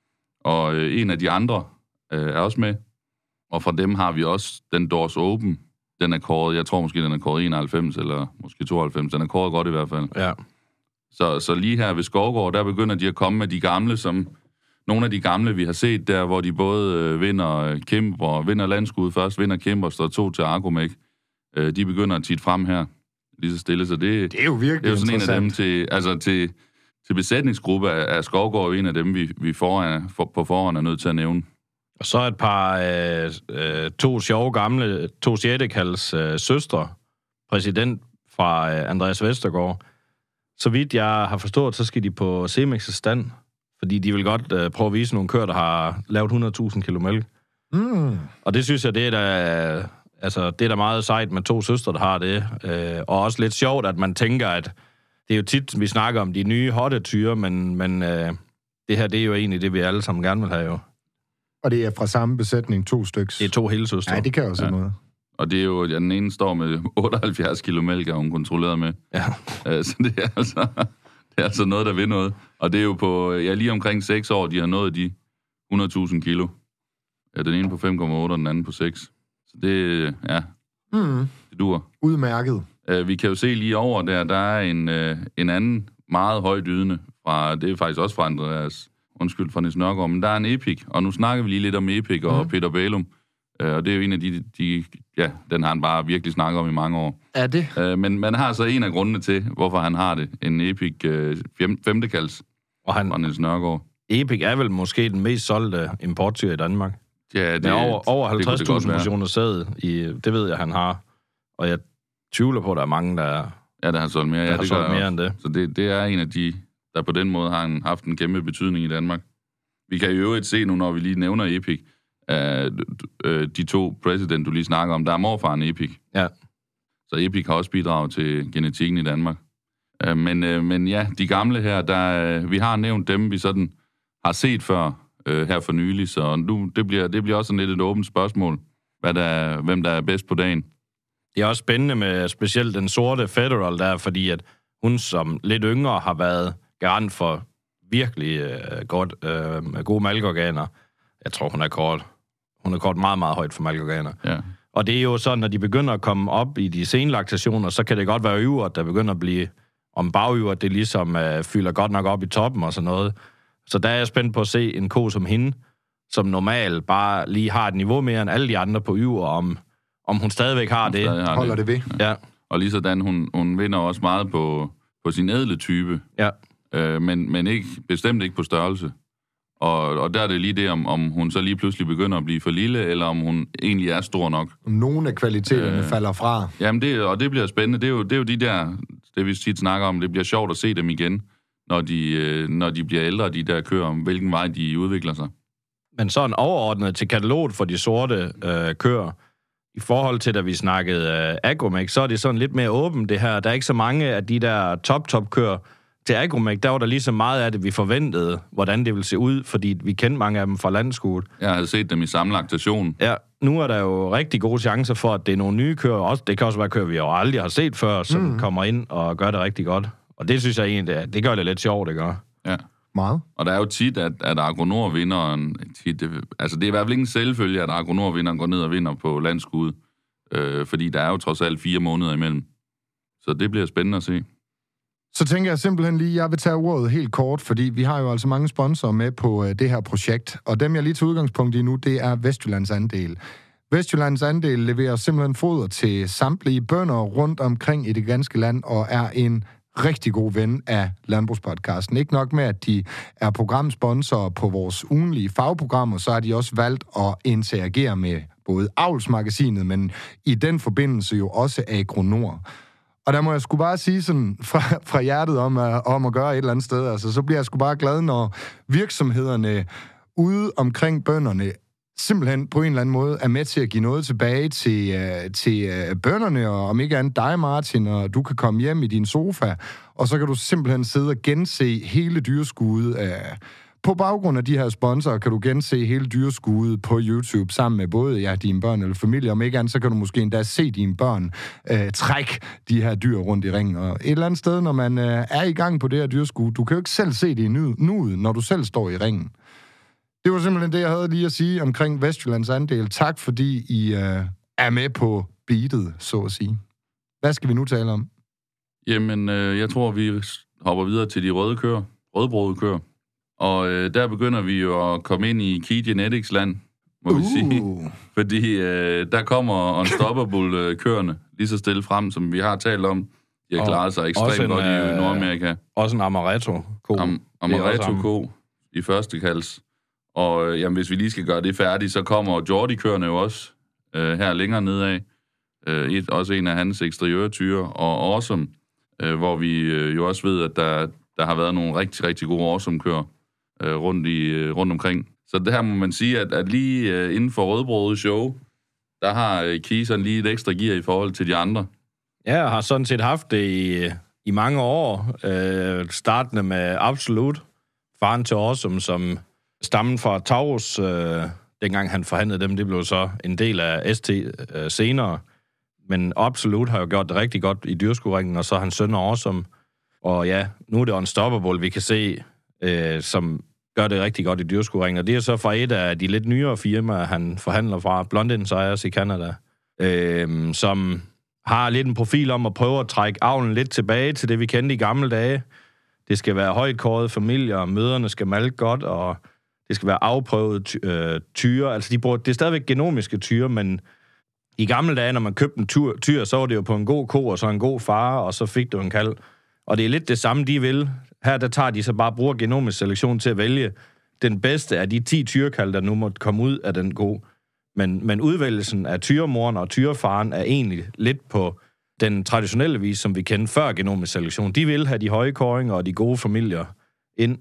Og øh, en af de andre øh, er også med. Og fra dem har vi også den Doors Open. Den er kåret, jeg tror måske, den er kåret enoghalvfems, eller måske tooghalvfems. Den er kåret godt i hvert fald. Ja. Så, så lige her ved Skovgaard, der begynder de at komme med de gamle, som nogle af de gamle, vi har set der, hvor de både øh, vinder Kimber, vinder landskud først, vinder Kimber, står to til Agromag. Øh, de begynder at titte frem her, lige så stille. Så det, det er jo virkelig det er jo sådan en af dem til, altså til, til besætningsgruppe af, af Skovgaard, en af dem, vi, vi foran, for, på forhånd er nødt til at nævne. Og så et par øh, øh, to sjove gamle, to sjettekalds øh, søstre, præsident fra øh, Andreas Vestergaard. Så vidt jeg har forstået, så skal de på Semex's stand, fordi de vil godt øh, prøve at vise nogle køer, der har lavet hundrede tusind kilo mælk. Mm. Og det synes jeg, det er da Altså, det er da meget sejt med to søstre, der har det. Øh, og også lidt sjovt, at man tænker, at det er jo tit, vi snakker om de nye hotte tyre, men, men øh, det her, det er jo egentlig det, vi alle sammen gerne vil have jo. Og det er fra samme besætning, to stykker. Det er to helsøstre. Ja, det kan også ja. noget. Og det er jo, ja, den ene står med otteoghalvfjerds kilo mælk, og hun kontrolleret med. Ja. Øh, så det er altså... Det er altså noget, der vil noget. Og det er jo på, ja, lige omkring seks år, de har nået de hundrede tusind kilo. Ja, den ene på fem komma otte, og den anden på seks. Så det, ja, mm. det dur. Udmærket. Uh, vi kan jo se lige over der, der er en, uh, en anden meget højt ydende, fra, det er faktisk også fra Andreas, undskyld, fra Niels Nørgaard, men der er en Epic, og nu snakker vi lige lidt om Epic og mm. Peter Bælum. Uh, og det er jo en af de, de, ja, den har han bare virkelig snakket om i mange år. Er det? Uh, men man har så en af grundene til, hvorfor han har det, en Epic uh, fem, femtekals og han, fra Niels Nørgaard. Epic er vel måske den mest solgte importtyr i Danmark. Ja, det er over, over halvtreds tusind portioner sæd i, det ved jeg, han har. Og jeg tvivler på, at der er mange, der, ja, der har solgt mere, der ja, har det solgt mere end det. Så det, det er en af de, der på den måde har en, haft en kæmpe betydning i Danmark. Vi kan i øvrigt se nu, når vi lige nævner Epic, uh, de to president, du lige snakker om, der er morfaren Epic. Ja. Så Epic har også bidraget til genetikken i Danmark. Uh, men, uh, men ja, de gamle her, der, uh, vi har nævnt dem, vi sådan har set før, Uh, her for nylig, så nu, det, bliver, det bliver også sådan lidt et åbent spørgsmål, hvad der, hvem der er bedst på dagen. Det er også spændende med specielt den sorte Federal der, fordi at hun som lidt yngre har været garant for virkelig uh, godt, uh, gode malkorganer. Jeg tror, hun er kort. Hun er kort meget, meget højt for malkorganer. Ja. Og det er jo sådan, når de begynder at komme op i de sene laktationer, så kan det godt være øvert, der begynder at blive om bagøvert, det ligesom uh, fylder godt nok op i toppen og sådan noget. Så der er jeg spændt på at se en ko som hende, som normalt bare lige har et niveau mere end alle de andre på yver, om, om hun stadigvæk har hun det. Stadig har Holder det, det ved. Ja. Og lige sådan, hun, hun vinder også meget på, på sin ædle type, ja. øh, men, men ikke, bestemt ikke på størrelse. Og, og der er det lige det, om, om hun så lige pludselig begynder at blive for lille, eller om hun egentlig er stor nok. Nogle af kvaliteterne øh, falder fra. Jamen, det, og det bliver spændende. Det er, jo, det er jo de der, det vi tit snakker om, det bliver sjovt at se dem igen, når de, når de bliver ældre, de der kører, om hvilken vej de udvikler sig. Men sådan overordnet til kataloget for de sorte øh, kører, i forhold til, da vi snakkede øh, Agromec, så er det sådan lidt mere åbent, det her. Der er ikke så mange af de der top-top-kører til Agromec. Der var der lige så meget af det, vi forventede, hvordan det ville se ud, fordi vi kendte mange af dem fra landskuet. Jeg havde set dem i sammenlagtation. Ja, nu er der jo rigtig gode chancer for, at det er nogle nye kører. Også, det kan også være kører, vi jo aldrig har set før, som mm. kommer ind og gør det rigtig godt. Og det synes jeg egentlig, det gør det lidt sjovt, det gør. Ja. Meget. Og der er jo tit, at, at Agronor-vinderen, tit, det, altså det er i hvert fald ikke en selvfølge, at Agronor-vinderen går ned og vinder på landskud, øh, fordi der er jo trods alt fire måneder imellem. Så det bliver spændende at se. Så tænker jeg simpelthen lige, at jeg vil tage ordet helt kort, fordi vi har jo altså mange sponsorer med på uh, det her projekt, og dem jeg lige tager udgangspunkt i nu, det er Vestjyllands Andel. Vestjyllands Andel leverer simpelthen foder til samtlige bønder rundt omkring i det ganske land, og er en rigtig god ven af Landbrugspodcasten. Ikke nok med, at de er programsponsorer på vores ugenlige fagprogrammer, så har de også valgt at interagere med både Avlsmagasinet, men i den forbindelse jo også Agronor. Og der må jeg sgu bare sige sådan fra, fra hjertet om at, om at gøre et eller andet sted. Altså, så bliver jeg sgu bare glad, når virksomhederne ude omkring bønderne simpelthen på en eller anden måde er med til at give noget tilbage til, uh, til uh, bønderne, og om ikke andet dig, Martin, og du kan komme hjem i din sofa, og så kan du simpelthen sidde og gense hele dyreskuddet. Uh, på baggrund af de her sponsorer kan du gense hele dyreskuddet på YouTube sammen med både ja, dine børn eller familie. Om ikke andet, så kan du måske endda se dine børn uh, trække de her dyr rundt i ringen. Og et eller andet sted, når man uh, er i gang på det her dyreskud, du kan jo ikke selv se det i nuet, når du selv står i ringen. Det var simpelthen det, jeg havde lige at sige omkring Vestjyllands Andel. Tak, fordi I øh, er med på beatet, så at sige. Hvad skal vi nu tale om? Jamen, øh, jeg tror, vi hopper videre til de røde køer, rødbrøde køer. Og øh, der begynder vi jo at komme ind i Key Genetics land, må uh. vi sige. Fordi øh, der kommer Unstoppable-køerne lige så stille frem, som vi har talt om. De har klaret sig ekstremt en, godt i Nordamerika. Også en Amaretto-ko. Am- Amaretto-ko i første kals. Og øh, jamen, hvis vi lige skal gøre det færdigt, så kommer Jordi-køerne jo også øh, her længere nedad. Øh, et, også en af hans eksteriørtyre. Og Awesome, øh, hvor vi øh, jo også ved, at der, der har været nogle rigtig, rigtig gode Awesome-køer øh, rundt, i, øh, rundt omkring. Så det her må man sige, at, at lige øh, inden for rødbrødet show, der har Kison lige et ekstra gear i forhold til de andre. Ja, jeg har sådan set haft det i, i mange år. Øh, startende med Absolut, faren til Awesome, som stammen fra Taurus, øh, dengang han forhandlede dem, det blev så en del af S T øh, senere. Men Absolut har jo gjort det rigtig godt i dyrskuringen, og så hans søn Awesome. Og ja, nu er det Unstoppable, vi kan se, øh, som gør det rigtig godt i dyrskuringen. Og det er så fra et af de lidt nyere firmaer, han forhandler fra, Blonde Insiders i Canada, øh, som har lidt en profil om at prøve at trække avlen lidt tilbage til det, vi kendte i gamle dage. Det skal være højtkårede familier, møderne skal malke godt, og det skal være afprøvede ty- øh, tyre. Altså, de bruger, det er stadigvæk genomiske tyre, men i gamle dage, når man købte en tyr, tyr, så var det jo på en god ko, og så en god far, og så fik du en kalv. Og det er lidt det samme, de vil. Her, der tager de så bare bruger genomisk selektion til at vælge den bedste af de ti tyrekalve, der nu måtte komme ud af den gode. Men, men udvælgelsen af tyremoren og tyrefaren er egentlig lidt på den traditionelle vis, som vi kendte før genomisk selektion. De vil have de høje kåringer og de gode familier ind.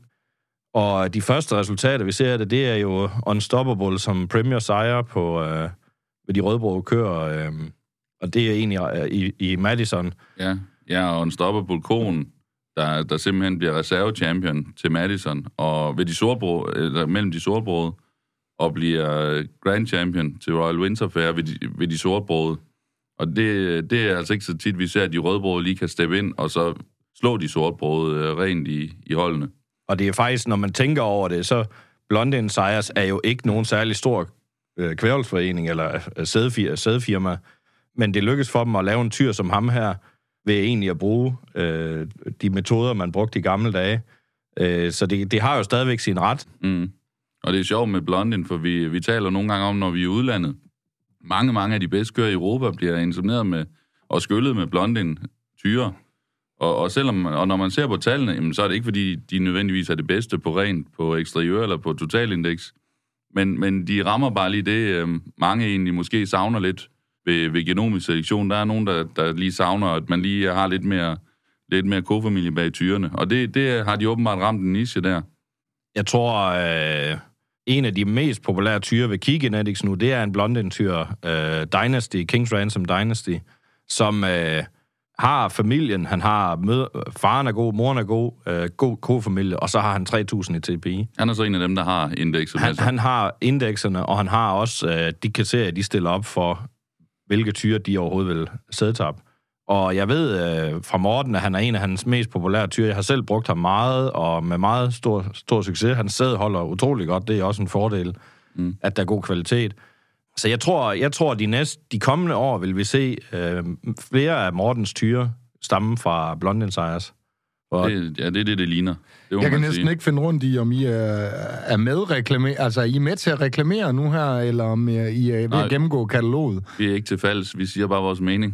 Og de første resultater, vi ser af det, det er jo Unstoppable som premier sejr på øh, ved de rødbrogede køer. Øh, og det er egentlig øh, i, i Madison. Ja, ja, og Unstoppable konen, der, der simpelthen bliver reserve-champion til Madison, og ved de sortbrød, eller mellem de sortbrød, og bliver grand champion til Royal Winter Fair ved de, ved de sortbrød. Og det, det er altså ikke så tit, vi ser, at de rødbrød lige kan steppe ind, og så slå de sortbrød øh, rent i, i holdene. Og det er faktisk, når man tænker over det, så Blonde Insiders er jo ikke nogen særlig stor øh, kvævelsforening eller øh, sædfir- sædfirma, men det lykkes for dem at lave en tyr som ham her, ved egentlig at bruge øh, de metoder, man brugte i gamle dage. Øh, så det, det har jo stadigvæk sin ret. Mm. Og det er sjovt med Blondin, for vi, vi taler nogle gange om, når vi er udlandet. Mange, mange af de bedste kører i Europa bliver insemineret med og skyllet med Blondin-tyre. Og, og, selvom, og når man ser på tallene, jamen, så er det ikke, fordi de nødvendigvis er det bedste på rent, på eksteriør eller på totalindeks. Men, men de rammer bare lige det, øh, mange egentlig måske savner lidt ved, ved genomisk selektion. Der er nogen, der, der lige savner, at man lige har lidt mere, lidt mere kofamilie bag tyrene. Og det, det har de åbenbart ramt en niche der. Jeg tror, øh, en af de mest populære tyre ved Key Genetics nu, det er en Blondin-tyr, øh, Dynasty, King's Ransom Dynasty, som øh, har familien, han har mød, faren er god, moren er god, øh, god kofamilie, og så har han tre tusind i T P I. Han er så en af dem, der har indekset. Han, han har indekserne, og han har også øh, de kriterier, de stiller op for, hvilke tyre de overhovedet vil sædtabe. Og jeg ved øh, fra Morten, at han er en af hans mest populære tyre. Jeg har selv brugt ham meget, og med meget stor, stor succes. Hans sæd holder utrolig godt. Det er også en fordel, mm. at der er god kvalitet. Så jeg tror, jeg tror de næste, de kommende år vil vi se øh, flere af Mortens tyre stamme fra Blonde Insiders. Og det, ja, det er det, det ligner. Det jeg kan næsten sige. ikke finde rundt i, om I er, er med reklamere, altså er I med til at reklamere nu her, eller om I er ved Nej, at gennemgå kataloget? Vi er ikke til falds, vi siger bare vores mening.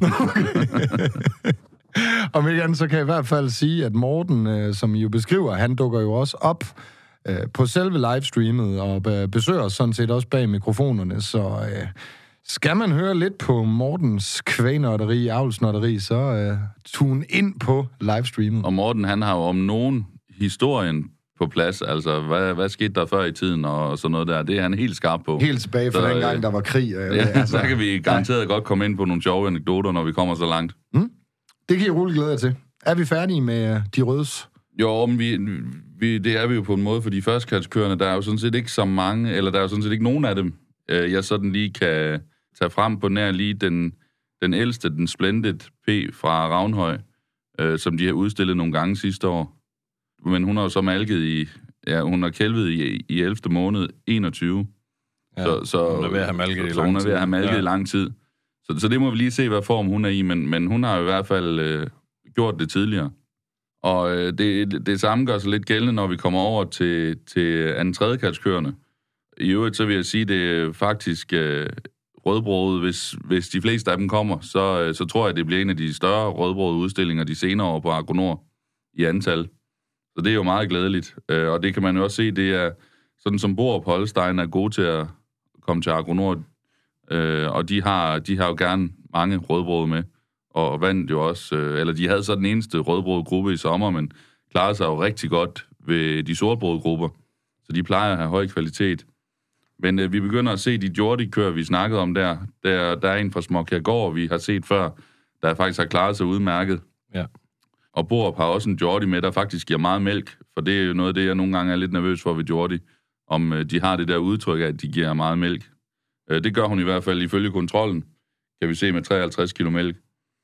Om ikke andet, så kan jeg i hvert fald sige, at Morten, som I jo beskriver, han dukker jo også op på selve livestreamet, og besøger sådan set også bag mikrofonerne, så øh, skal man høre lidt på Mortens kvægnørderi, avlsnørderi, så øh, tune ind på livestreamet. Og Morten, han har jo om nogen historien på plads, altså hvad, hvad skete der før i tiden og sådan noget der, det er han helt skarp på. Helt tilbage fra den gang, der var krig. Øh, ja, altså, så kan vi garanteret ja. godt komme ind på nogle sjove anekdoter, når vi kommer så langt. Mm. Det kan I roligt glæde jer til. Er vi færdige med de rødes? Jo, men vi, vi, det er vi jo på en måde, for de førsteklassekørerne, der er jo sådan set ikke så mange, eller der er jo sådan set ikke nogen af dem, øh, jeg sådan lige kan tage frem på nær lige den, den ældste, den Splendid P fra Ravnhøj, øh, som de har udstillet nogle gange sidste år. Men hun har jo så malket i, ja, hun har kælvet i, i ellevte måned enogtyve. Ja, så, så, hun er ved at have malket så, i lang tid. Så hun er ved at have malket ja. i lang tid. Så, så det må vi lige se, hvad form hun er i, men, men hun har jo i hvert fald øh, gjort det tidligere. Og øh, det, det samme gør sig lidt gældende, når vi kommer over til, til anden tredje kalskørende. I øvrigt, så vil jeg sige, det er faktisk øh, rødbrødet. Hvis, hvis de fleste af dem kommer, så, øh, så tror jeg, det bliver en af de større rødbrøde udstillinger de senere år på Agronord i antal. Så det er jo meget glædeligt. Øh, og det kan man jo også se, det er sådan som Borup Holstein er gode til at komme til Agronord. Øh, og de har, de har jo gerne mange rødbrød med. Og vandt jo også, øh, eller de havde så den eneste rødbrødgruppe i sommer, men klarede sig jo rigtig godt ved de sortbrødgrupper. Så de plejer at have høj kvalitet. Men øh, vi begynder at se de Jordi-kører, vi snakkede om der. Der, der er en fra Småkærgård, vi har set før, der faktisk har klaret sig udmærket. Ja. Og Borup har også en Jordi med, der faktisk giver meget mælk, for det er jo noget af det, jeg nogle gange er lidt nervøs for ved Jordi, om øh, de har det der udtryk af, at de giver meget mælk. Øh, det gør hun i hvert fald ifølge kontrollen, kan vi se med treoghalvtreds kilo mælk.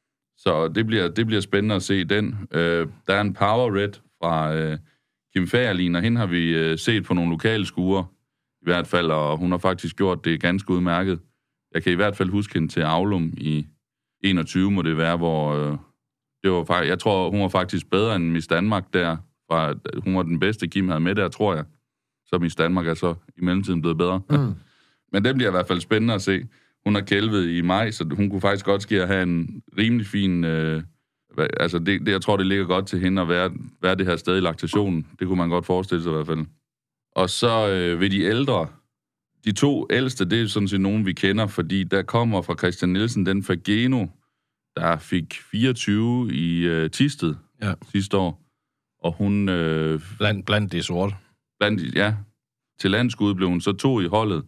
Så det bliver, det bliver spændende at se den. Øh, der er en Power Red fra øh, Kim Fagerlin, og hende har vi øh, set på nogle lokale skuer, i hvert fald, og hun har faktisk gjort det ganske udmærket. Jeg kan i hvert fald huske hende til Aulum i enogtyve, må det være, hvor øh, det var faktisk, jeg tror, hun var faktisk bedre end Miss Danmark der. Fra, hun var den bedste, Kim havde med der, tror jeg. Så Miss Danmark er så i mellemtiden blevet bedre. Mm. Men det bliver i hvert fald spændende at se. Hun har kælvet i maj, så hun kunne faktisk godt ske at have en rimelig fin... Øh, altså, det, det, jeg tror, det ligger godt til hende at være, være det her sted i laktationen. Det kunne man godt forestille sig i hvert fald. Og så øh, ved de ældre, de to ældste, det er sådan set nogen, vi kender, fordi der kommer fra Christian Nielsen den Fageno, der fik fireogtyve i øh, Thisted ja. sidste år. Og hun... Øh, blandt, blandt det sorte. Blandt, ja. Til landskud blev hun så to i holdet,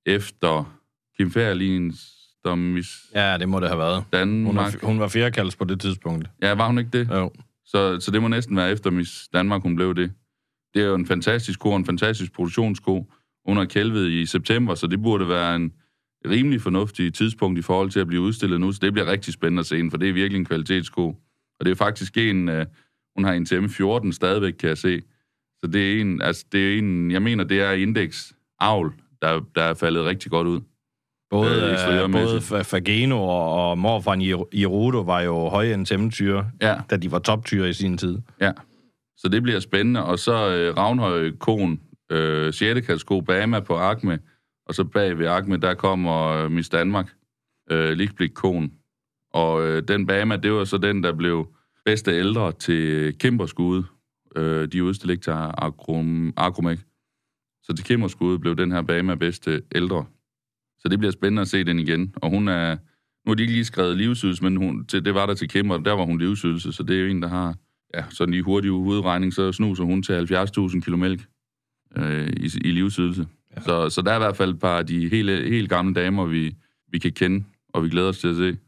efter Kim Fagerlins... Mis ja, det må det have været. Danmark. Hun var, hun var fjerdekalds på det tidspunkt. Ja, var hun ikke det? Jo. Så, så det må næsten være efter Miss Danmark, hun blev det. Det er jo en fantastisk ko, en fantastisk produktionsko. Hun har kælvet i september, så det burde være en rimelig fornuftig tidspunkt i forhold til at blive udstillet nu. Så det bliver rigtig spændende at se, for det er virkelig en kvalitetssko. Og det er faktisk en, uh, hun har en til M fjorten stadigvæk, kan jeg se. Så det er en, altså det er en, jeg mener, det er indeks avl, der, der er faldet rigtig godt ud. Både, øh, både Fageno og, og morfaren Irudo var jo høje M-tyre, ja. da de var toptyre i sin tid. Ja, så det bliver spændende. Og så øh, Ravnhøj-koen, øh, sjette kalsko Bama på Acme, og så bag ved Acme, der kommer øh, Miss Danmark, øh, Ligblik-koen. Og øh, den Bama, det var så den, der blev bedste ældre til Kimberskud. Øh, de udstillede ikke til Agromæk. Så til Kimberskud blev den her Bama bedste ældre. Så det bliver spændende at se den igen. Og hun er... Nu har de ikke lige skrevet livsydelse, men hun, til, det var der til Kimber, der var hun livsydelse. Så det er jo en, der har... Ja, sådan i hurtig udregning, så snuser hun til halvfjerds tusind kilo mælk øh, i, i livsydelse. Ja. Så, så der er i hvert fald et par af de hele, helt gamle damer, vi, vi kan kende, og vi glæder os til at se.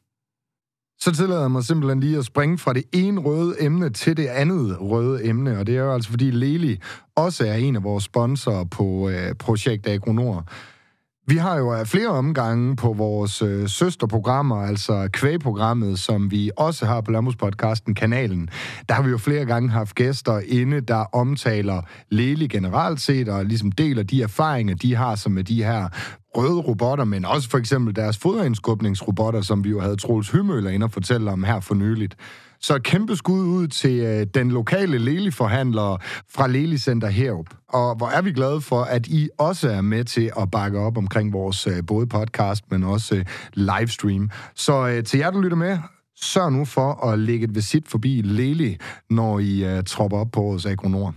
Så tillader jeg mig simpelthen lige at springe fra det ene røde emne til det andet røde emne, og det er jo altså fordi Leli også er en af vores sponsorer på øh, Projekt Agronord. Vi har jo flere omgange på vores øh, søsterprogrammer, altså Kvægprogrammet, som vi også har på Landbrugspodcasten Kanalen. Der har vi jo flere gange haft gæster inde, der omtaler Leli generelt set, og ligesom deler de erfaringer, de har som med de her røde robotter, men også for eksempel deres foderindskubningsrobotter, som vi jo havde Troels Hymøller inde og fortælle om her for nyligt. Så et kæmpe skud ud til øh, den lokale Leli-forhandler fra Leli Center Herup. Og hvor er vi glade for, at I også er med til at bakke op omkring vores øh, både podcast, men også øh, livestream. Så øh, til jer, der lytter med, sørg nu for at lægge et visit forbi Leli, når I øh, tropper op på vores Agronord.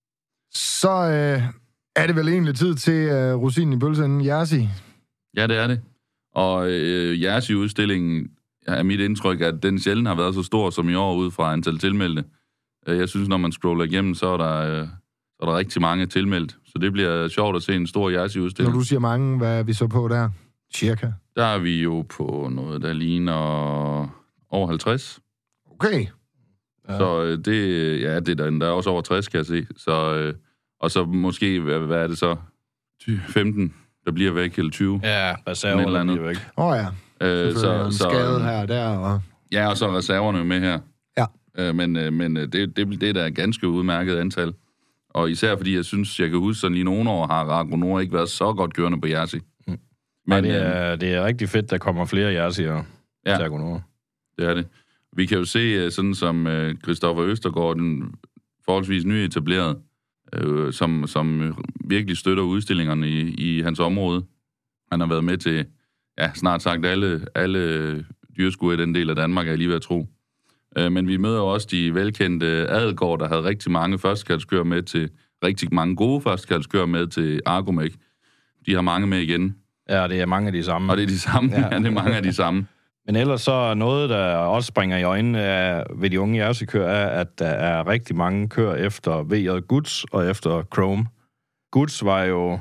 Så øh, er det vel egentlig tid til øh, rosinen i pølsen, Jersi? Ja, det er det. Og øh, Jersi-udstillingen er mit indtryk, at den sjældent har været så stor som i år ud fra antal tilmeldte. Jeg synes, når man scroller igennem, så er der, så er der rigtig mange tilmeldt. Så det bliver sjovt at se en stor Jersi-udstilling. Når du siger mange, hvad er vi så på der? Cirka? Der er vi jo på noget, der ligner over halvtreds. Okay. Ja. Så det, ja, det er der, der er også over tres, kan jeg se. Så, og så måske, hvad, hvad er det så? femten, der bliver væk, eller tyve. Ja, reserver, der bliver væk. Åh oh, ja. Øh, så, så skade her og der. Og... Ja, og så reserverne med her. Ja. Øh, men øh, men det, det, det er da et ganske udmærket antal. Og især fordi jeg synes, jeg kan huske, sådan lige nogle år har Agronord ikke været så godt kørende på Jersi. Mm. Men det er, det er rigtig fedt, der kommer flere Jersi'er ja, til Agronord. Det er det. Vi kan jo se, sådan som Christoffer Østergaard, den forholdsvis nyetableret, øh, som, som virkelig støtter udstillingerne i, i hans område. Han har været med til ja, snart sagt alle, alle dyrskuer i den del af Danmark, er jeg lige ved at tro. Øh, men vi møder jo også de velkendte Adelgaard, der havde rigtig mange førstekaldskører med til, rigtig mange gode førstekaldskører med til Agromæk. De har mange med igen. Ja, det er mange af de samme. Og det er de samme, ja, ja det er mange af de samme. Men ellers så noget, der også springer i øjnene af, ved de unge Jersi-kører, er, at der er rigtig mange kører efter V J Goods og efter Chrome. Goods var jo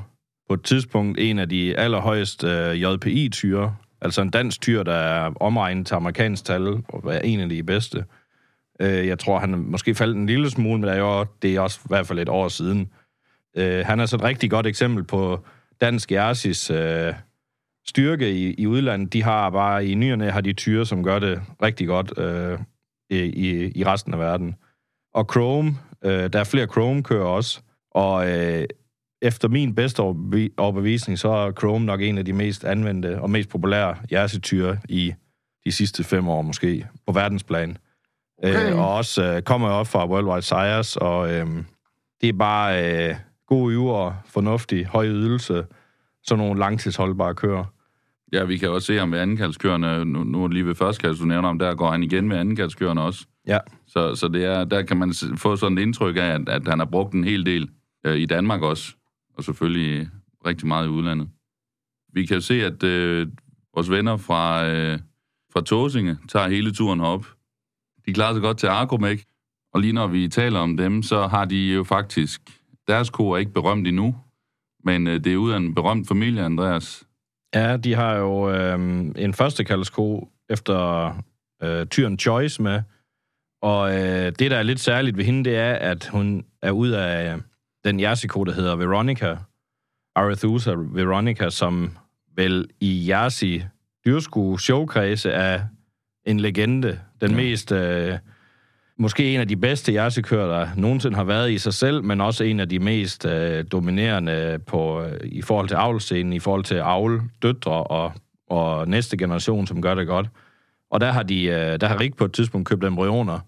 på et tidspunkt en af de allerhøjeste øh, J P I-tyre, altså en dansk tyr, der er omregnet til amerikansk tal, og er en af de bedste. Øh, jeg tror, han måske faldt en lille smule, men det er jo det er også i hvert fald et år siden. Øh, han er så et rigtig godt eksempel på dansk jersis øh, styrke i, i udlandet. De har bare i nyerne har de tyre, som gør det rigtig godt øh, i, i resten af verden. Og Chrome, øh, der er flere Chrome-kører også, og øh, efter min bedste overbevisning, så er Chrome nok en af de mest anvendte og mest populære jersetyre i de sidste fem år måske, på verdensplan. Okay. Øh, og også øh, kommer op fra Worldwide Sires, og øh, det er bare øh, gode yver, fornuftig, høj ydelse, sådan nogle langtidsholdbare kører. Ja, vi kan også se ham ved andenkaldskørende. Nu, nu lige ved førstekals, du nævner om, der går han igen med andenkaldskørende også. Ja. Så, så det er, der kan man få sådan et indtryk af, at, at han har brugt en hel del øh, i Danmark også, og selvfølgelig rigtig meget i udlandet. Vi kan jo se, at øh, vores venner fra, øh, fra Tåsinge tager hele turen op. De klarer sig godt til Agromec, og lige når vi taler om dem, så har de jo faktisk... Deres ko er ikke berømt endnu, men øh, det er ud af en berømt familie, Andreas. Ja, de har jo øh, en førstekaldsko efter øh, tyren Choice med, og øh, det, der er lidt særligt ved hende, det er, at hun er ud af øh, den jersey-ko, der hedder Veronica, Arethusa Veronica, som vel i jersey dyrsko showkredse er en legende. Den ja. mest, øh, måske en af de bedste jersey-kører, der nogensinde har været i sig selv, men også en af de mest øh, dominerende på, øh, i forhold til avlscenen, i forhold til avl, døtre og, og næste generation, som gør det godt. Og der har, de, øh, der har Rik på et tidspunkt købt embryoner,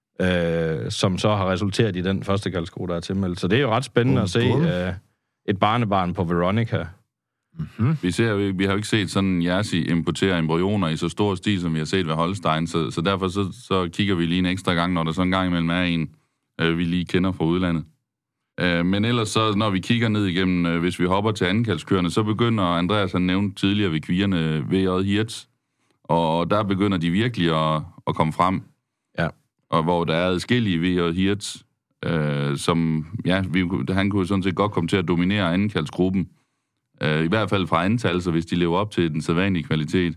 øh, som så har resulteret i den første kaldsko, der er tilmeldt. Så det er jo ret spændende oh, at se øh, et barnebarn på Veronica. Mm-hmm. Vi, ser, vi har jo ikke set sådan en jersey importere embryoner i så stor stil, som vi har set ved Holstein, så, så derfor så, så kigger vi lige en ekstra gang, når der så en gang imellem er en, øh, vi lige kender fra udlandet. Øh, men ellers så, når vi kigger ned igennem, øh, hvis vi hopper til andenkaldskørende, så begynder Andreas, han nævnte tidligere ved kvierne, V J Hirtz, og der begynder de virkelig at, at komme frem. Ja. Og hvor der er adskillige V J Hirtz, øh, som, ja, vi, han kunne sådan set godt komme til at dominere andenkaldsgruppen. Uh, I hvert fald fra antal, så hvis de lever op til den sædvanlige kvalitet.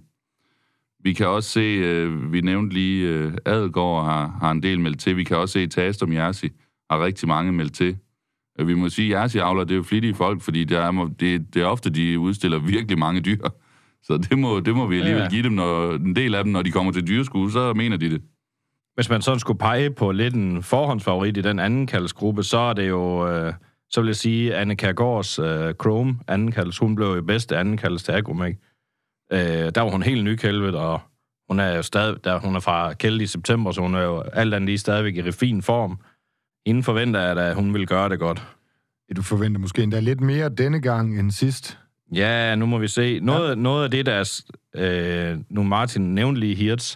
Vi kan også se, uh, vi nævnte lige, uh, Adelgaard har, har en del meldt til. Vi kan også se, at Tastum Jersey har rigtig mange meldt til. Uh, vi må sige, at Jersey-avler, det er jo flittige folk, fordi det er, det, det er ofte, de udstiller virkelig mange dyr. Så det må, det må vi alligevel ja. give dem, når en del af dem, når de kommer til dyreskue, så mener de det. Hvis man sådan skulle pege på lidt en forhåndsfavorit i den anden kaldsgruppe, så er det jo... Uh... Så vil jeg sige, Anne Kærgaards øh, Chrome andenkaldes, hun blev jo bedste andenkaldes til Agromec. Øh, der var hun helt nykælvet, og hun er jo stadig, der, hun er fra kældet i september, så hun er jo alt andet lige stadigvæk i fin form. Inden forventer jeg, at hun vil gøre det godt. Du forventer måske endda lidt mere denne gang end sidst. Ja, nu må vi se. Noget, ja. noget af det, der er... Øh, nu Martin nævnte lige Hirtz,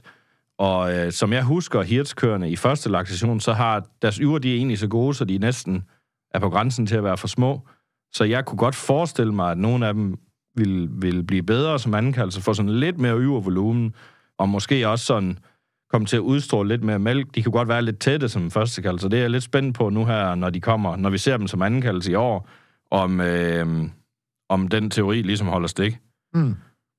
og øh, som jeg husker Hirtz-kørende i første laktation, så har deres yver, de er egentlig så gode, så de næsten er på grænsen til at være for små. Så jeg kunne godt forestille mig, at nogle af dem vil, vil blive bedre som andenkaldelse, få sådan lidt mere yver volumen, og måske også sådan komme til at udstråle lidt mere mælk. De kan godt være lidt tætte som første kaldelse, så det er jeg lidt spændt på nu her, når de kommer, når vi ser dem som andenkaldelse i år, om, øh, om den teori ligesom holder stik. Mm.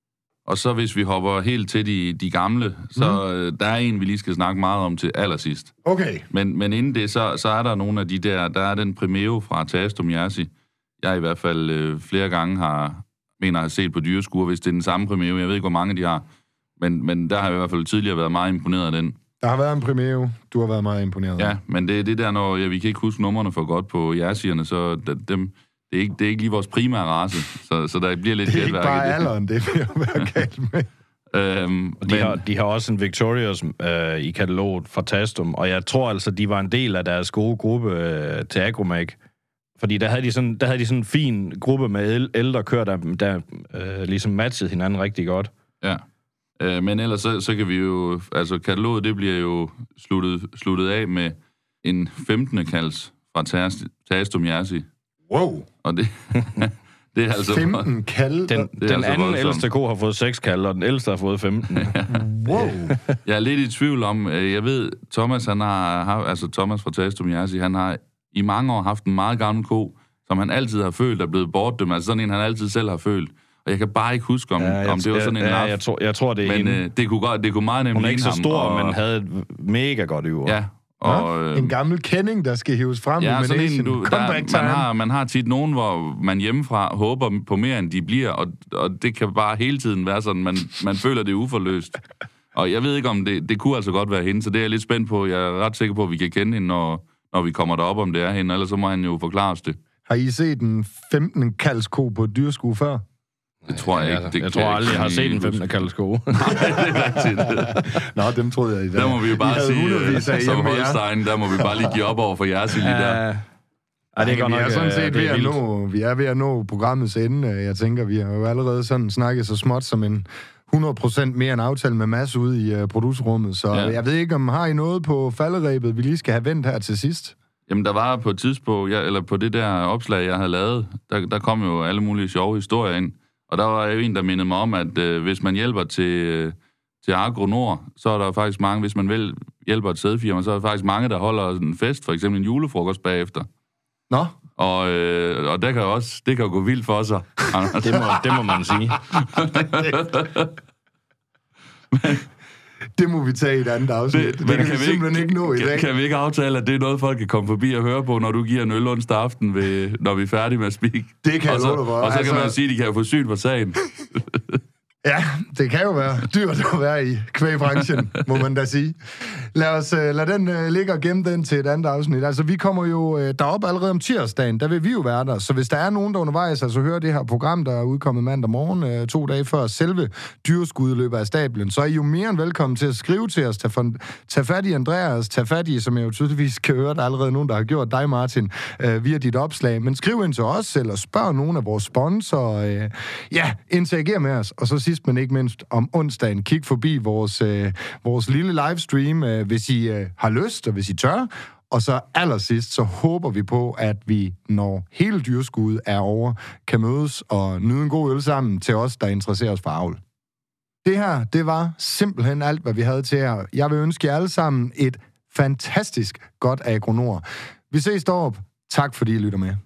Og så hvis vi hopper helt til de, de gamle, så mm. øh, der er en, vi lige skal snakke meget om til allersidst. Okay. Men, men inden det, så, så er der nogle af de der, der er den Primeo fra Tastum Jersey. Jeg i hvert fald øh, flere gange har, mener har set på dyreskuer, hvis det er den samme Primeo. Jeg ved ikke, hvor mange de har, men, men der har jeg i hvert fald tidligere været meget imponeret af den. Der har været en Primeo, du har været meget imponeret af. Ja, men det er det der, når ja, vi kan ikke huske numrene for godt på Jersierne, så dem... Det er, ikke, det er ikke lige vores primære race, så, så der bliver lidt... Det er ikke bare alderen, det vil jo være galt med. øhm, de, men... har, de har også en Victorious øh, i kataloget fra Tastum, og jeg tror altså, de var en del af deres gode gruppe øh, til Agromec. Fordi der havde de sådan, der havde de sådan en fin gruppe med ældre kører, der, der øh, ligesom matchede hinanden rigtig godt. Ja, øh, men ellers så, så kan vi jo... Altså, kataloget, det bliver jo sluttet, sluttet af med en femtende kalds fra Tastum Jersey. Wow. Og det, det er altså... femten kalde. Den, den altså anden voldsomt. Ældste ko har fået seks kalde, og den ældste har fået femten. Wow. Jeg er lidt i tvivl om... Jeg ved, Thomas, han har... Altså, Thomas fra Tastum Jersey, han har i mange år haft en meget gammel ko, som han altid har følt er blevet bortdømt. Altså sådan en, han altid selv har følt. Og jeg kan bare ikke huske, om, ja, om det var sådan en ja, laf. jeg tror, jeg tror, det er men øh, det, kunne godt, det kunne meget nemt Hun er ikke så stor, ham, og, men havde et mega godt øver. Ja. Og, øh, en gammel kending, der skal hives frem ja, i sådan en, du, der, man, har, man har tit nogen, hvor man hjemmefra håber på mere, end de bliver, og, og det kan bare hele tiden være sådan, man, man føler, det er uforløst. Og jeg ved ikke, om det, det kunne altså godt være hende, så det er jeg lidt spændt på. Jeg er ret sikker på, at vi kan kende hende, når, når vi kommer derop, om det er hende, ellers så må han jo forklare os det. Har I set en femten kalsko på et dyrskue før? Det tror jeg ikke. Det jeg jeg tror aldrig, jeg har set en femten kalsko. Nej, det er rigtigt. Nå, dem troede jeg i dag. Der må vi jo bare sige, som Holstein, der må vi bare lige give op over for jeres lige der. Ja, det er, vi er sådan set ved at nå, vi er ved at nå programmets ende. Jeg tænker, vi har jo allerede sådan snakket så småt som en hundrede procent mere en aftale med Mads ude i uh, producerummet. Så ja. Jeg ved ikke, om har I noget på falderæbet, vi lige skal have vendt her til sidst? Jamen, der var på et tidspunkt, jeg, eller på det der opslag, jeg havde lavet, der, der kom jo alle mulige sjove historier ind. Og der var jo en, der mindede mig om, at øh, hvis man hjælper til, øh, til Agro Nord, så er der faktisk mange, hvis man vil hjælper et sædfirma, så er der faktisk mange, der holder en fest, for eksempel en julefrokost bagefter. Nå. Og, øh, og det kan jo også, det kan jo gå vildt for sig. det, må, det må man sige. men, det må vi tage i et andet afsnit. Det, det, det kan vi simpelthen ikke nå i dag. Kan vi ikke aftale, at det er noget, folk kan komme forbi og høre på, når du giver en øl onsdag aften, ved, når vi er færdige med at speak? Det kan og så, jeg love dig for. Og så altså... kan man sige, at de kan jo få syn på sagen. Ja, det kan jo være dyrt at være i kvægbranchen, må man da sige. Lad os uh, lad den uh, ligge og gemme den til et andet afsnit. Altså, vi kommer jo uh, derop allerede om tirsdagen, der vil vi jo være der. Så hvis der er nogen, der undervejs altså hører det her program, der er udkommet mandag morgen, uh, to dage før selve dyreskuddet løber af stablen, så er I jo mere end velkommen til at skrive til os. Tag, for, tag fat i Andreas, tag fat i, som jeg jo tydeligvis kan høre, der er allerede nogen, der har gjort dig, Martin, uh, via dit opslag. Men skriv ind til os, eller spørg nogen af vores sponsorer. Uh, ja, interager med os. Og så sidst, men ikke mindst om onsdagen, kig forbi vores, øh, vores lille livestream, øh, hvis I øh, har lyst, og hvis I tør. Og så allersidst, så håber vi på, at vi, når hele dyrskuddet er over, kan mødes og nyde en god øl sammen til os, der interesserer os for avl. Det her, det var simpelthen alt, hvad vi havde til jer. Jeg vil ønske jer alle sammen et fantastisk godt Agro Nord. Vi ses deroppe. Tak fordi I lytter med.